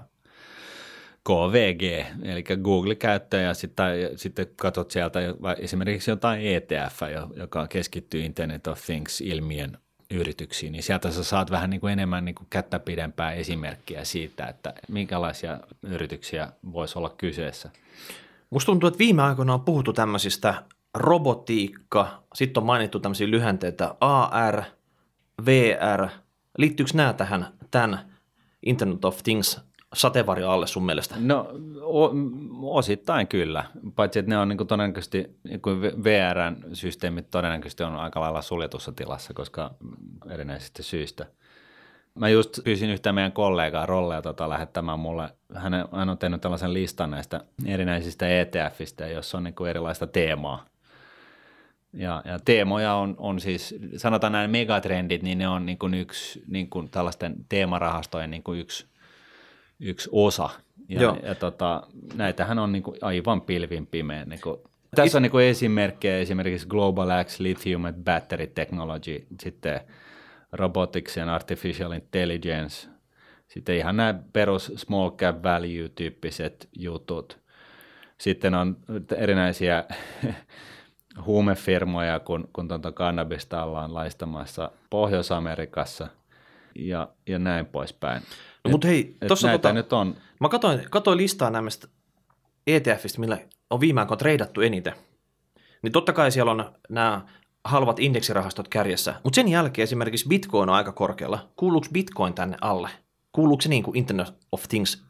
KVG, eli Google-käyttäjä ja sitten katsot sieltä esimerkiksi jotain ETF, joka keskittyy Internet of Things-ilmiön yrityksiin, niin sieltä sä saat vähän niin kuin enemmän niin kuin kättä pidempää esimerkkiä siitä, että minkälaisia yrityksiä voisi olla kyseessä. Musta tuntuu, että viime aikoina on puhuttu tämmöisistä robotiikka, sitten on mainittu tämmöisiä lyhenteitä AR, VR. Liittyykö nämä tämän Internet of Things sateenvarjo alle sun mielestä? No osittain kyllä, paitsi että ne on niin todennäköisesti, niin VR-systeemit todennäköisesti on aika lailla suljetussa tilassa, koska erinäisistä syistä. Mä just pyysin yhtä meidän kollegaa Rollea lähettämään mulle, hän on tehnyt tällaisen listan näistä erinäisistä ETFistä, jossa on niin kuin erilaista teemaa. Ja teemoja on siis, sanotaan näin megatrendit, niin ne on niin kuin yksi niin kuin tällaisten teemarahastojen niin kuin yksi osa. Ja näitähän on niin kuin aivan pilvin pimeä. Niin kuin, tässä on niin kuin esimerkkejä, esimerkiksi Global X, Lithium and Battery Technology, sitten Robotics and Artificial Intelligence, sitten ihan nämä perus small cap value-tyyppiset jutut. Sitten on erinäisiä huumefirmoja, kun kannabista ollaan laistamassa Pohjois-Amerikassa ja näin poispäin. No, mutta hei, tuossa nyt on. Mä katsoin listaa näistä ETFistä, millä on viime aikoina treidattu eniten. Niin totta kai siellä on nämä halvat indeksirahastot kärjessä, mutta sen jälkeen esimerkiksi Bitcoin on aika korkealla. Kuuluuko Bitcoin tänne alle? Kuuluuko se niin kuin Internet of Things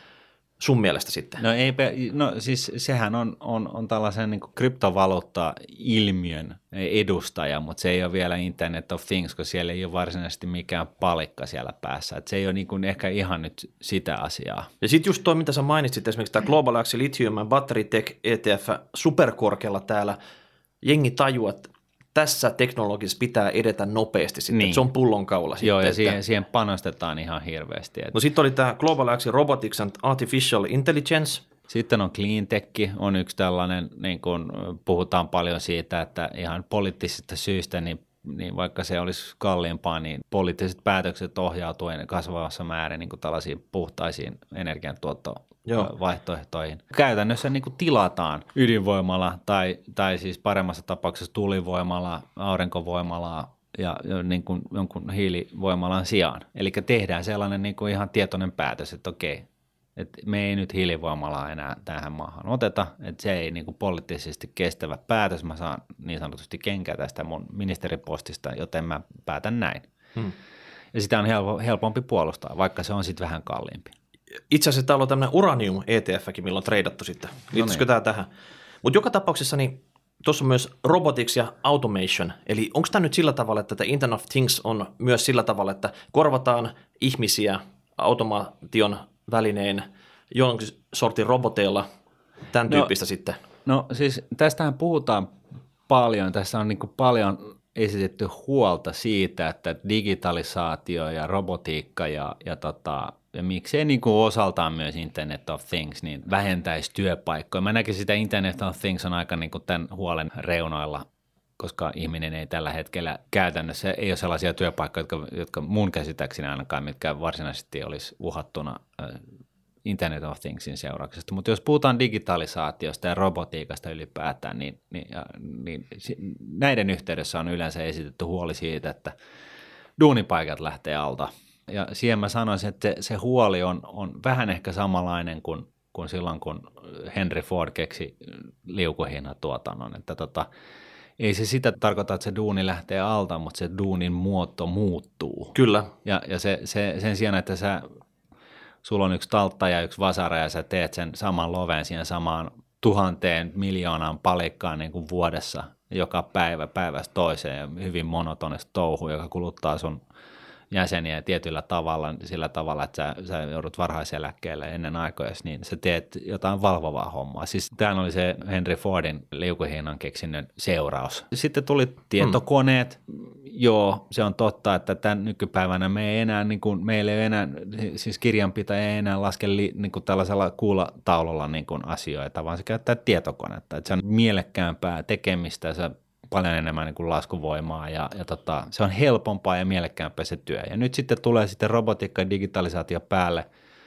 sun mielestä sitten? No siis sehän on tällaisen niin kuin kryptovaluutta-ilmiön edustaja, mutta se ei ole vielä Internet of Things, koska siellä ei ole varsinaisesti mikään palikka siellä päässä. Et se ei ole niin kuin ehkä ihan nyt sitä asiaa. Ja sitten just toi, mitä sä mainitsit, esimerkiksi tämä Global Axie Lithium and Battery Tech ETF superkorkealla täällä. Jengi tajuaa, että tässä teknologiassa pitää edetä nopeasti sitten, niin. Se on pullonkaula sitten. Joo, ja siihen panostetaan ihan hirveästi. No sitten oli tämä Global Axie Robotics and Artificial Intelligence. Sitten on cleantech, on yksi tällainen, niin kun puhutaan paljon siitä, että ihan poliittisista syistä, niin vaikka se olisi kalliimpaa, niin poliittiset päätökset ohjautuu kasvavassa määrin niin kuin tällaisiin puhtaisiin energiantuottovaihtoehtoihin. Käytännössä niin kuin tilataan ydinvoimala tai siis paremmassa tapauksessa tulivoimala, aurinkovoimala ja niin kuin jonkun hiilivoimalan sijaan. Eli tehdään sellainen niin kuin ihan tietoinen päätös, että okei, että me ei nyt hiilivoimalaa enää tähän maahan oteta, että se ei niin kuin poliittisesti kestävä päätös, mä saan niin sanotusti kenkää tästä mun ministeripostista, joten mä päätän näin. Ja sitä on helpompi puolustaa, vaikka se on sitten vähän kalliimpi. Itse asiassa täällä on tämmöinen Uranium ETF:kin, milloin on treidattu sitten. Liittyisikö tämä tähän? Mutta joka tapauksessa niin tuossa on myös robotics ja automation, eli onko tämä nyt sillä tavalla, että tämä Internet of Things on myös sillä tavalla, että korvataan ihmisiä automaation välinein jonkin sortin roboteilla, tämän tyyppistä sitten? No siis tästähän puhutaan paljon, tässä on niin kuin paljon esitetty huolta siitä, että digitalisaatio ja robotiikka ja miksei niin kuin osaltaan myös Internet of Things niin vähentäisi työpaikkoja. Mä näkisin sitä Internet of Things on aika niin kuin tämän huolen reunoilla, koska ihminen ei tällä hetkellä käytännössä, ei ole sellaisia työpaikkoja, jotka mun käsittääkseni ainakaan, mitkä varsinaisesti olisi uhattuna Internet of Thingsin seurauksesta. Mutta jos puhutaan digitalisaatiosta ja robotiikasta ylipäätään, niin näiden yhteydessä on yleensä esitetty huoli siitä, että duunipaikat lähtee alta. Ja siihen mä sanoisin, että se huoli on vähän ehkä samanlainen kuin silloin, kun Henry Ford keksi liukuhihnatuotannon, että ei se sitä tarkoita, että se duuni lähtee alta, mutta se duunin muoto muuttuu. Kyllä. Ja se sen sijaan, että sulla on yksi taltta ja yksi vasara ja sä teet sen saman loven siihen samaan 1000 miljoonaan palikkaan niin kuin vuodessa joka päivästä toiseen ja hyvin monotonista touhua, joka kuluttaa sun jäseniä tietyllä tavalla, sillä tavalla, että sä joudut varhaiseläkkeelle ennen aikoja, niin sä teet jotain valvovaa hommaa. Siis tämä oli se Henry Fordin liukuhihnan keksinnön seuraus. Sitten tuli tietokoneet. Joo, se on totta, että tämän nykypäivänä me ei enää, niin kuin, meillä ei enää, siis kirjanpitäjä ei enää laske niin kuin tällaisella kuulataululla niin kuin asioita, vaan se käyttää tietokonetta. Että se on mielekkäämpää tekemistä, se paljon enemmän niin kuin laskuvoimaa ja se on helpompaa ja mielekkäämpää se työ. Ja nyt sitten tulee sitten robotiikka ja digitalisaatio päälle,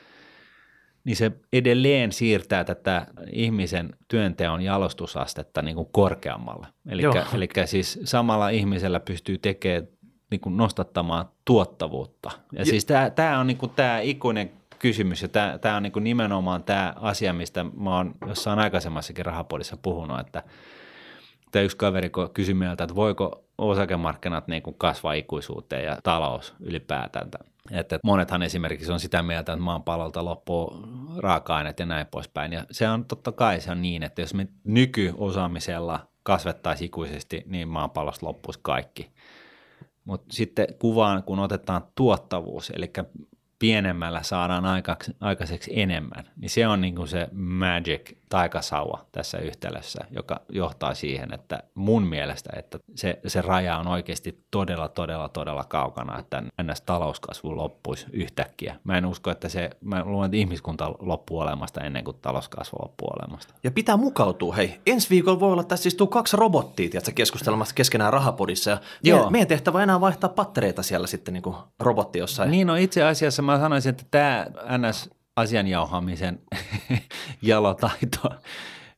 niin se edelleen siirtää tätä ihmisen työnteon jalostusastetta niin kuin korkeammalle. Eli siis samalla ihmisellä pystyy tekemään, niin kuin nostattamaan tuottavuutta. Ja siis tämä on niin kuin tämä ikuinen kysymys ja tämä on niin kuin nimenomaan tämä asia, mistä mä oon jossain aikaisemmassakin Rahapodissa puhunut, että tämä yksi kaveri kysyi meiltä, että voiko osakemarkkinat niin kuin kasvaa ikuisuuteen ja talous ylipäätään. Että monethan esimerkiksi on sitä mieltä, että maapallolta loppuu raaka-aineet ja näin poispäin. Ja se on totta kai se on niin, että jos me nykyosaamisella kasvettaisiin ikuisesti, niin maapallosta loppuisi kaikki. Mutta sitten kuvaan, kun otetaan tuottavuus, eli pienemmällä saadaan aikaiseksi enemmän, niin se on niin kuin se magic taikasauva tässä yhtälössä, joka johtaa siihen, että mun mielestä, että se raja on oikeasti todella kaukana, että ennäs talouskasvu loppuisi yhtäkkiä. Mä en usko, että mä luulen, että ihmiskunta loppuu olemasta ennen kuin talouskasvu loppuu olemasta. Ja pitää mukautua, hei. Ensi viikolla voi olla tässä istuu 2 robottia, tiedätkö, keskustelemassa keskenään Rahapodissa, ja meidän tehtävä on enää vaihtaa pattereita siellä sitten niin kuin robotti jossain. Niin, no itse asiassa mä sanoisin, että tämä NS-asianjauhamisen jalotaito,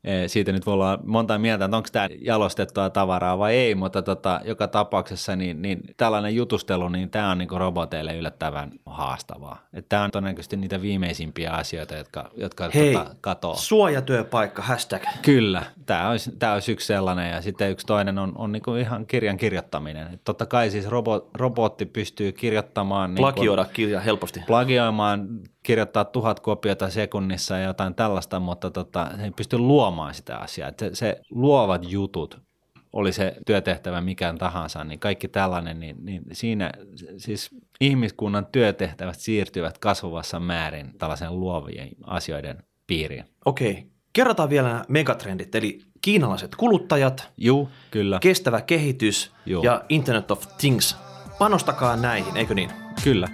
Siitä nyt voi olla monta mieltä, että onko tämä jalostettua tavaraa vai ei, mutta joka tapauksessa niin tällainen jutustelu, niin tämä on niin roboteille yllättävän haastavaa. Tämä on todennäköisesti niitä viimeisimpiä asioita, jotka katoaa. Suojatyöpaikka, hashtag. Kyllä, tämä olisi yksi sellainen ja sitten yksi toinen on niin kuin ihan kirjan kirjoittaminen. Totta kai siis robotti pystyy kirjoittamaan. Plagioida kirjaa helposti. Plagioimaan, kirjoittaa 1000 kopiota sekunnissa ja jotain tällaista, mutta se ei pysty luomaan sitä asiaa. Se luovat jutut, oli se työtehtävä mikään tahansa, niin kaikki tällainen, niin siinä siis ihmiskunnan työtehtävät siirtyvät kasvavassa määrin tällaisen luovien asioiden piiriin. Okei. Kerrotaan vielä nämä megatrendit, eli kiinalaiset kuluttajat, Juu, kyllä. kestävä kehitys ja Internet of Things. Panostakaa näihin, eikö niin? Kyllä.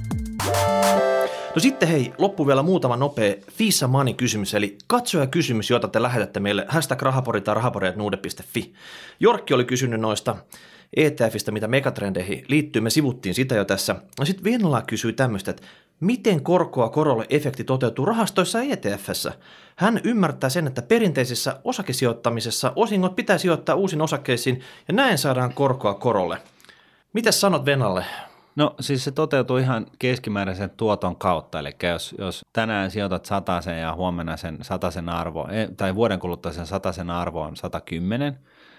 No sitten hei, loppu vielä muutama nopea Fissa Money-kysymys, eli katsojakysymys, jota te lähetätte meille #rahapori tai rahapori@nuude.fi. Jorkki oli kysynyt noista ETFistä, mitä megatrendeihin liittyy, me sivuttiin sitä jo tässä. No sitten Venla kysyi tämmöistä, että miten korkoa korolle efekti toteutuu rahastoissa ja ETFssä? Hän ymmärtää sen, että perinteisessä osakesijoittamisessa osingot pitää sijoittaa uusiin osakkeisiin ja näin saadaan korkoa korolle. Mitäs sanot Venlalle? No siis se toteutuu ihan keskimääräisen tuoton kautta, eli jos tänään sijoitat 100 ja huomenna sen 100 arvo, tai vuoden kuluttua sen 100 arvo on 110,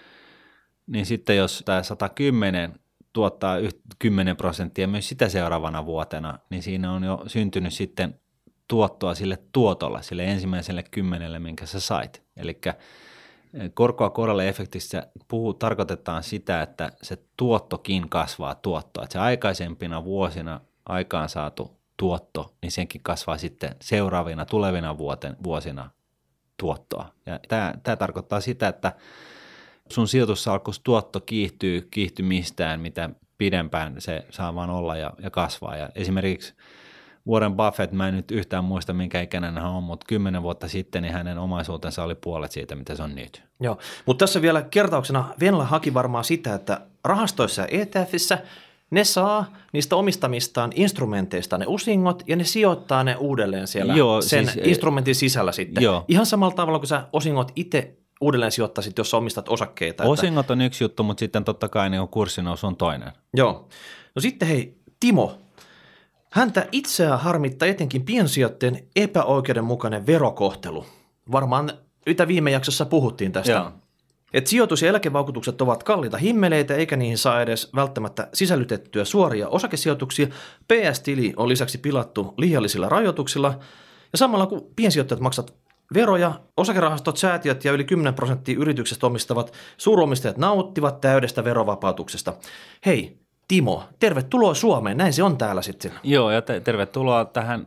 niin sitten jos tämä 110 tuottaa 10% myös sitä seuraavana vuotena, niin siinä on jo syntynyt sitten tuottoa sille tuotolle, sille ensimmäiselle 10, minkä sä sait. Eli korkoa korolle efektissä tarkoitetaan sitä, että se tuottokin kasvaa tuottoa. Että se aikaisempina vuosina aikaan saatu tuotto, niin senkin kasvaa sitten seuraavina tulevina vuosina tuottoa. Ja tämä tarkoittaa sitä, että sun sijoitussalkus tuotto kiihtyy kiihtymistään, mitä pidempään se saa vaan olla ja kasvaa. Ja esimerkiksi Warren Buffett, mä en nyt yhtään muista minkä ikäinen hän on, mutta 10 vuotta sitten niin hänen omaisuutensa oli puolet siitä, mitä se on nyt. Joo, mutta tässä vielä kertauksena Venla haki varmaan sitä, että rahastoissa ja ETFissä ne saa niistä omistamistaan instrumenteista ne osingot ja ne sijoittaa ne uudelleen siellä sen instrumentin sisällä sitten. Joo. Ihan samalla tavalla kuin sä osingot itse uudelleen sijoittaisit, jos sä omistat osakkeita. Osingot on yksi juttu, mutta sitten totta kai niin kurssinousu on toinen. Joo. No sitten hei, Timo. Häntä itseään harmittaa etenkin piensijoittajien epäoikeudenmukainen verokohtelu. Varmaan mitä viime jaksossa puhuttiin tästä. Joo. Et sijoitus- ja eläkevakuutukset ovat kalliita himmeleitä, eikä niihin saa edes välttämättä sisällytettyä suoria osakesijoituksia. PS-tili on lisäksi pilattu liiallisilla rajoituksilla. Ja samalla kun piensijoittajat maksat veroja, osakerahastot, säätiöt ja yli 10% yrityksestä omistavat suuromistajat nauttivat täydestä verovapautuksesta. Hei, Timo, tervetuloa Suomeen, näin se on täällä sitten. Joo, ja tervetuloa tähän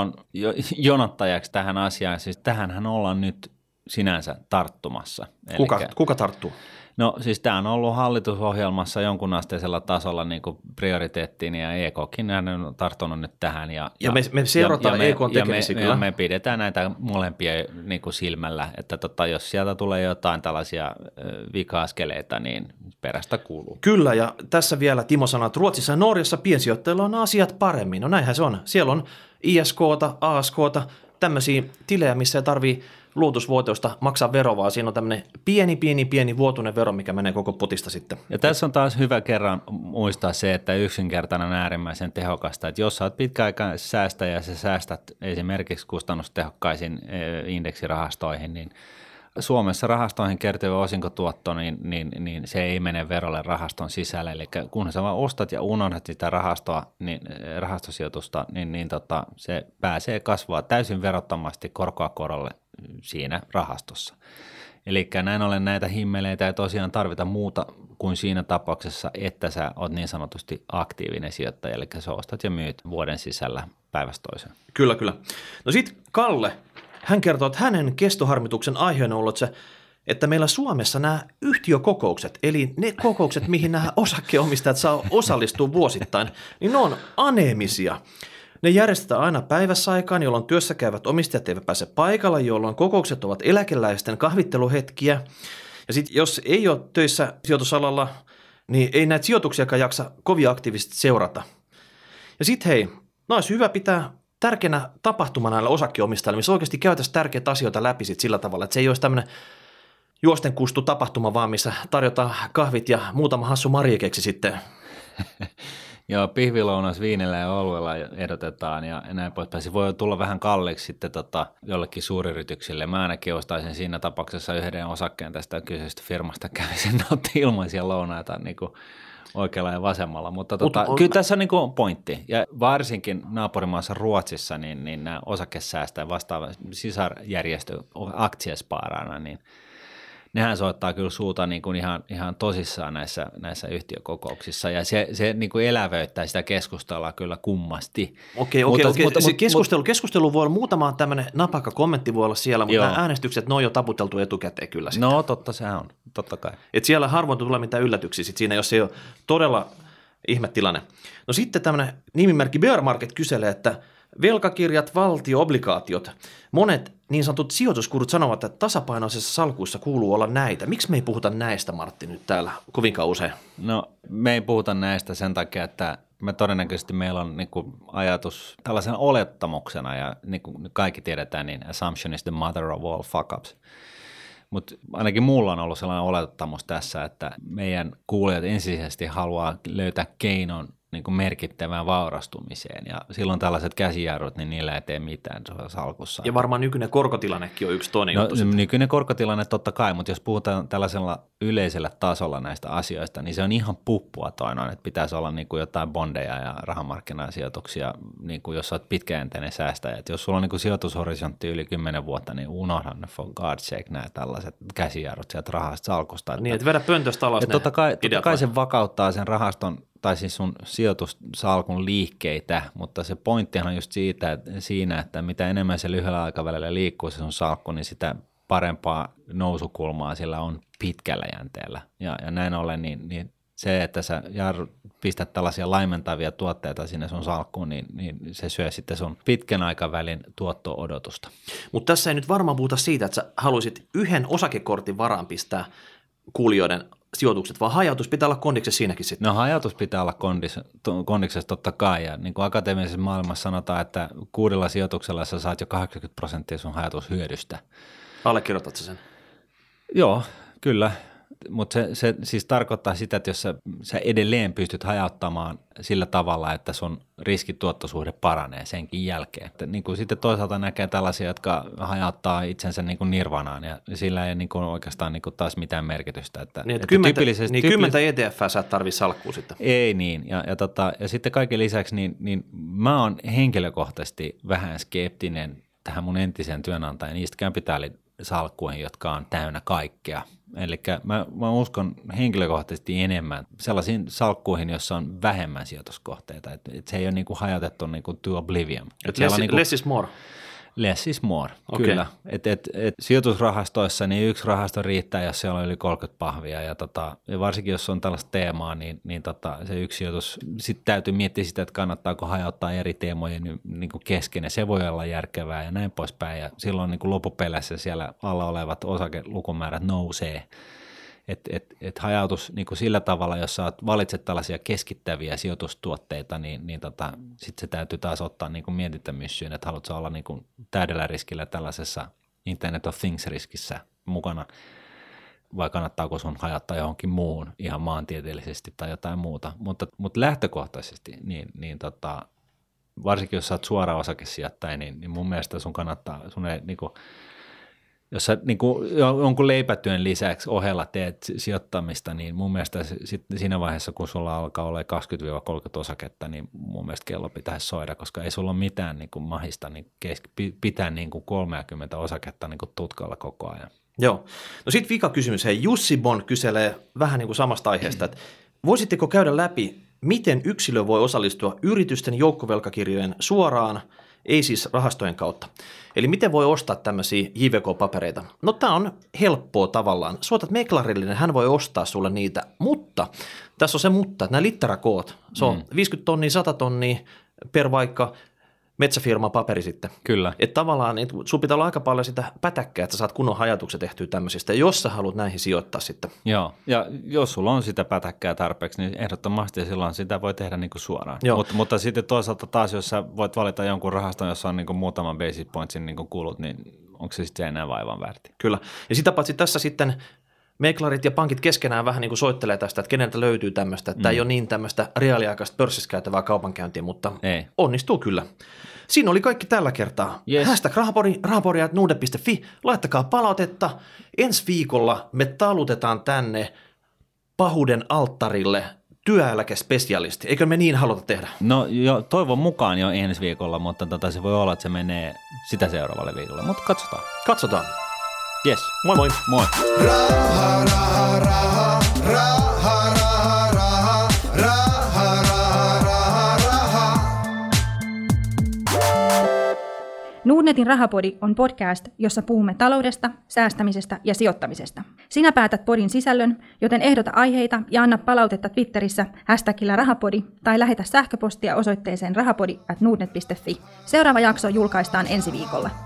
jonottajaksi tähän asiaan. Siis tähänhän ollaan nyt sinänsä tarttumassa. Kuka tarttuu? No siis tämä on ollut hallitusohjelmassa jonkun asteisella tasolla niin kuin prioriteettiin ja EKkin on tarttunut nyt tähän. Ja me seurataan EK:n tekemisiä kyllä. Ja me pidetään näitä molempia niin kuin silmällä, että jos sieltä tulee jotain tällaisia vika-askeleita, niin perästä kuuluu. Kyllä, ja tässä vielä Timo sanoo, että Ruotsissa ja Norjassa piensijoittajilla on asiat paremmin. No näinhän se on. Siellä on ISK:ta, ASK:ta, tämmöisiä tilejä, missä ei tarvitse luotusvuotoista maksaa veroa, vaan siinä on tämmöinen pieni vuotuinen vero, mikä menee koko potista sitten. Ja tässä on taas hyvä kerran muistaa se, että yksinkertainen on äärimmäisen tehokasta, että jos sä oot pitkäaikainen säästäjä ja sä säästät esimerkiksi kustannustehokkaisiin indeksirahastoihin, niin Suomessa rahastoihin kertyvä osinkotuotto, niin se ei mene verolle rahaston sisälle, eli kun sä vaan ostat ja unohdat sitä rahastosijoitusta, niin se pääsee kasvaa täysin verottomasti korkoa korolle siinä rahastossa. Eli näin ollen näitä himmeleitä ei tosiaan tarvita muuta kuin siinä tapauksessa, että sä oot niin sanotusti aktiivinen sijoittaja, eli sä ostat ja myyt vuoden sisällä päivästä toiseen. Kyllä. No sit Kalle. Hän kertoo, että hänen kestoharmituksen aiheena on ollut se, että meillä Suomessa nämä yhtiökokoukset, eli ne kokoukset, mihin nämä osakkeenomistajat saa osallistua vuosittain, niin ne on aneemisia. Ne järjestetään aina päivässä aikaan, jolloin työssä käyvät omistajat eivät pääse paikalla, jolloin kokoukset ovat eläkeläisten kahvitteluhetkiä. Ja sitten jos ei ole töissä sijoitusalalla, niin ei näitä sijoituksiakaan jaksa kovin aktiivisesti seurata. Ja sitten hei, olisi hyvä pitää tärkeänä tapahtuma näillä osakkeenomistajilla, missä oikeasti käytäisiin tärkeitä asioita läpi sit sillä tavalla, että se ei olisi tämmöinen juosten kustu tapahtuma vaan, missä tarjotaan kahvit ja muutama hassu marjakeksi sitten. Joo, pihvilounas viinillä ja oluella ehdotetaan ja näin poispäin. Se voi tulla vähän kalliiksi sitten jollekin suuryrityksille. Mä ainakin ostaisin siinä tapauksessa yhden osakkeen tästä kyseisestä firmasta, kävisin nauttia ilmaisia lounaita niin kuin oikealla ja vasemmalla. Mutta kyllä tässä on niin kuin pointti. Ja varsinkin naapurimaassa Ruotsissa, niin nämä osakesäästä ja vastaava sisarjärjestö aktiespaarana, niin nehän soittaa kyllä suuta niin kuin ihan tosissaan näissä yhtiökokouksissa ja se niin kuin elävöittää sitä keskustelua kyllä kummasti. Okei. Keskustelu voi olla muutama tämmöinen napakka kommentti voi olla siellä, mutta nämä äänestykset, ne on jo taputeltu etukäteen kyllä sitten. No totta sehän on, totta kai. Et siellä harvoin tulee mitään yllätyksiä sit siinä, jos ei ole todella ihmetilanne. No sitten tämmöinen nimimerkki Bear Market kyselee, että velkakirjat, valtio-obligaatiot. Monet niin sanotut sijoituskurut sanovat, että tasapainoisessa salkuissa kuuluu olla näitä. Miksi me ei puhuta näistä, Martti, nyt täällä kovinkaan usein? No me ei puhuta näistä sen takia, että me todennäköisesti meillä on niin kuin ajatus tällaisena olettamuksena ja niin kuin kaikki tiedetään, niin assumption is the mother of all fuck-ups. Mutta ainakin mulla on ollut sellainen olettamus tässä, että meidän kuulijat ensisijaisesti haluaa löytää keinon niin kuin merkittävään vaurastumiseen ja silloin tällaiset käsijarrut, niin niillä ei tee mitään salkussa. Ja varmaan nykyinen korkotilannekin on yksi toinen juttu. Nykyinen korkotilanne totta kai, mutta jos puhutaan tällaisella yleisellä tasolla näistä asioista, niin se on ihan puppua toinen, että pitäisi olla niin kuin jotain bondeja ja rahamarkkinasijoituksia, niin kuin jos olet pitkäjänteinen säästäjä. Et jos sulla on niin kuin sijoitushorisontti yli 10 vuotta, niin unohda ne for God's sake nämä tällaiset käsijarrut sieltä rahasta salkusta. Niin, että vedä pöntöstä alas ne totta kai se vakauttaa sen rahaston tai siis sun sijoitussalkun liikkeitä, mutta se pointtihan on just siinä, että mitä enemmän se lyhyellä aikavälillä liikkuu se sun salkku, niin sitä parempaa nousukulmaa sillä on pitkällä jänteellä. Ja näin ollen, niin se, että sä pistät tällaisia laimentavia tuotteita sinne sun salkkuun, niin se syö sitten sun pitkän aikavälin tuotto-odotusta. Mutta tässä ei nyt varmaan puhuta siitä, että sä haluaisit yhden osakekortin varaan pistää kuulijoiden sijoitukset, vaan hajautus pitää olla kondiksessa siinäkin sitten. No hajautus pitää olla kondiksessa totta kai, ja niin kuin akateemisessa maailmassa sanotaan, että 6 sijoituksella sä saat jo 80% sun hajatushyödystä. Allekirjoitatko sen? Joo, kyllä, mutta se siis tarkoittaa sitä, että jos sä edelleen pystyt hajauttamaan sillä tavalla, että sun riskituottosuhde paranee senkin jälkeen. Että niin kuin sitten toisaalta näkee tällaisia, jotka hajauttaa itsensä niin kuin nirvanaan ja sillä ei niin kuin oikeastaan niin kuin taas mitään merkitystä. Että 10 ETF:ää sä et tarvitse salkkua sitten. Ei niin, ja sitten kaiken lisäksi niin mä oon henkilökohtaisesti vähän skeptinen tähän mun entisen työnantajan East Capitalin salkkuihin, jotka on täynnä kaikkea. Eli mä uskon henkilökohtaisesti enemmän sellaisiin salkkuihin, jossa on vähemmän sijoituskohteita. Et se ei ole niinku hajautettu niinku to oblivion. Less is more. Less is more, okay. Kyllä. Sijoitusrahastoissa niin yksi rahasto riittää, jos siellä on yli 30 pahvia. Ja varsinkin jos on tällaista teemaa, niin se yksi sijoitus, sitten täytyy miettiä sitä, että kannattaako hajauttaa eri teemojen niin kuin kesken. Ja se voi olla järkevää ja näin poispäin. Ja silloin niin kuin loppupeleissä siellä alla olevat osakelukumäärät nousee. Et hajautus niin kuin sillä tavalla, jos sä valitset tällaisia keskittäviä sijoitustuotteita, niin sitten se täytyy taas ottaa niin kuin mietintämyssyyn, että haluatko olla niin kuin täydellä riskillä tällaisessa Internet of Things-riskissä mukana, vai kannattaako sun hajauttaa johonkin muuhun ihan maantieteellisesti tai jotain muuta. Mutta lähtökohtaisesti, varsinkin jos sä oot suora osakesijoittaja, niin mun mielestä sun ei niin kuin, jos sä niin kuin jonkun leipätyön lisäksi ohella teet sijoittamista, niin mun mielestä siinä vaiheessa, kun sulla alkaa olla 20-30 osaketta, niin mun mielestä kello pitäisi soida, koska ei sulla ole mitään niin kuin mahista niin pitää niin kuin 30 osaketta niin kuin tutkalla koko ajan. Joo. No sitten vikakysymys. Hei, Jussi Bon kyselee vähän niin kuin samasta aiheesta, että voisitteko käydä läpi, miten yksilö voi osallistua yritysten joukkovelkakirjojen suoraan, ei siis rahastojen kautta. Eli miten voi ostaa tämmöisiä JVK-papereita? No tämä on helppoa tavallaan. Suotat meklarillinen, hän voi ostaa sulle niitä, mutta tässä on se mutta, että nämä litterakoot, se on 50 tonnia, 100 tonnia per vaikka metsäfirma paperi sitten. Kyllä. Että tavallaan niin sun pitää olla aika paljon sitä pätäkkää, että sä saat kunnon ajatukset tehtyä tämmöisistä, jos sä haluat näihin sijoittaa sitten. Joo, ja jos sulla on sitä pätäkkää tarpeeksi, niin ehdottomasti silloin sitä voi tehdä niin kuin suoraan. Mutta sitten toisaalta taas, jos sä voit valita jonkun rahaston, jossa on niin kuin muutaman basis pointsin niin kuin kulut, niin onko se sitten enää vaivan väärti? Kyllä. Ja sitä paitsi tässä sitten meiklarit ja pankit keskenään vähän niin kuin soittelee tästä, että keneltä löytyy tämmöistä. Tämä ei ole niin tämmöistä reaaliaikaista pörssissä käytävää kaupankäyntiä, mutta onnistuu kyllä. Siinä oli kaikki tällä kertaa. Yes. Hashtag rahapori@nordnet.fi. Laittakaa palautetta. Ensi viikolla me talutetaan tänne pahuuden alttarille työeläkespesialisti. Eikö me niin haluta tehdä? No jo, toivon mukaan jo ensi viikolla, mutta se voi olla, että se menee sitä seuraavalle viikolle. Mutta katsotaan. Katsotaan. Yes. Moi moi. Moi. Raha, raha, raha, raha, raha, raha, raha, raha, raha. Nordnetin Rahapodi on podcast, jossa puhumme taloudesta, säästämisestä ja sijoittamisesta. Sinä päätät podin sisällön, joten ehdota aiheita ja anna palautetta Twitterissä hashtagillä rahapodi tai lähetä sähköpostia osoitteeseen rahapodi@nordnet.fi. Seuraava jakso julkaistaan ensi viikolla.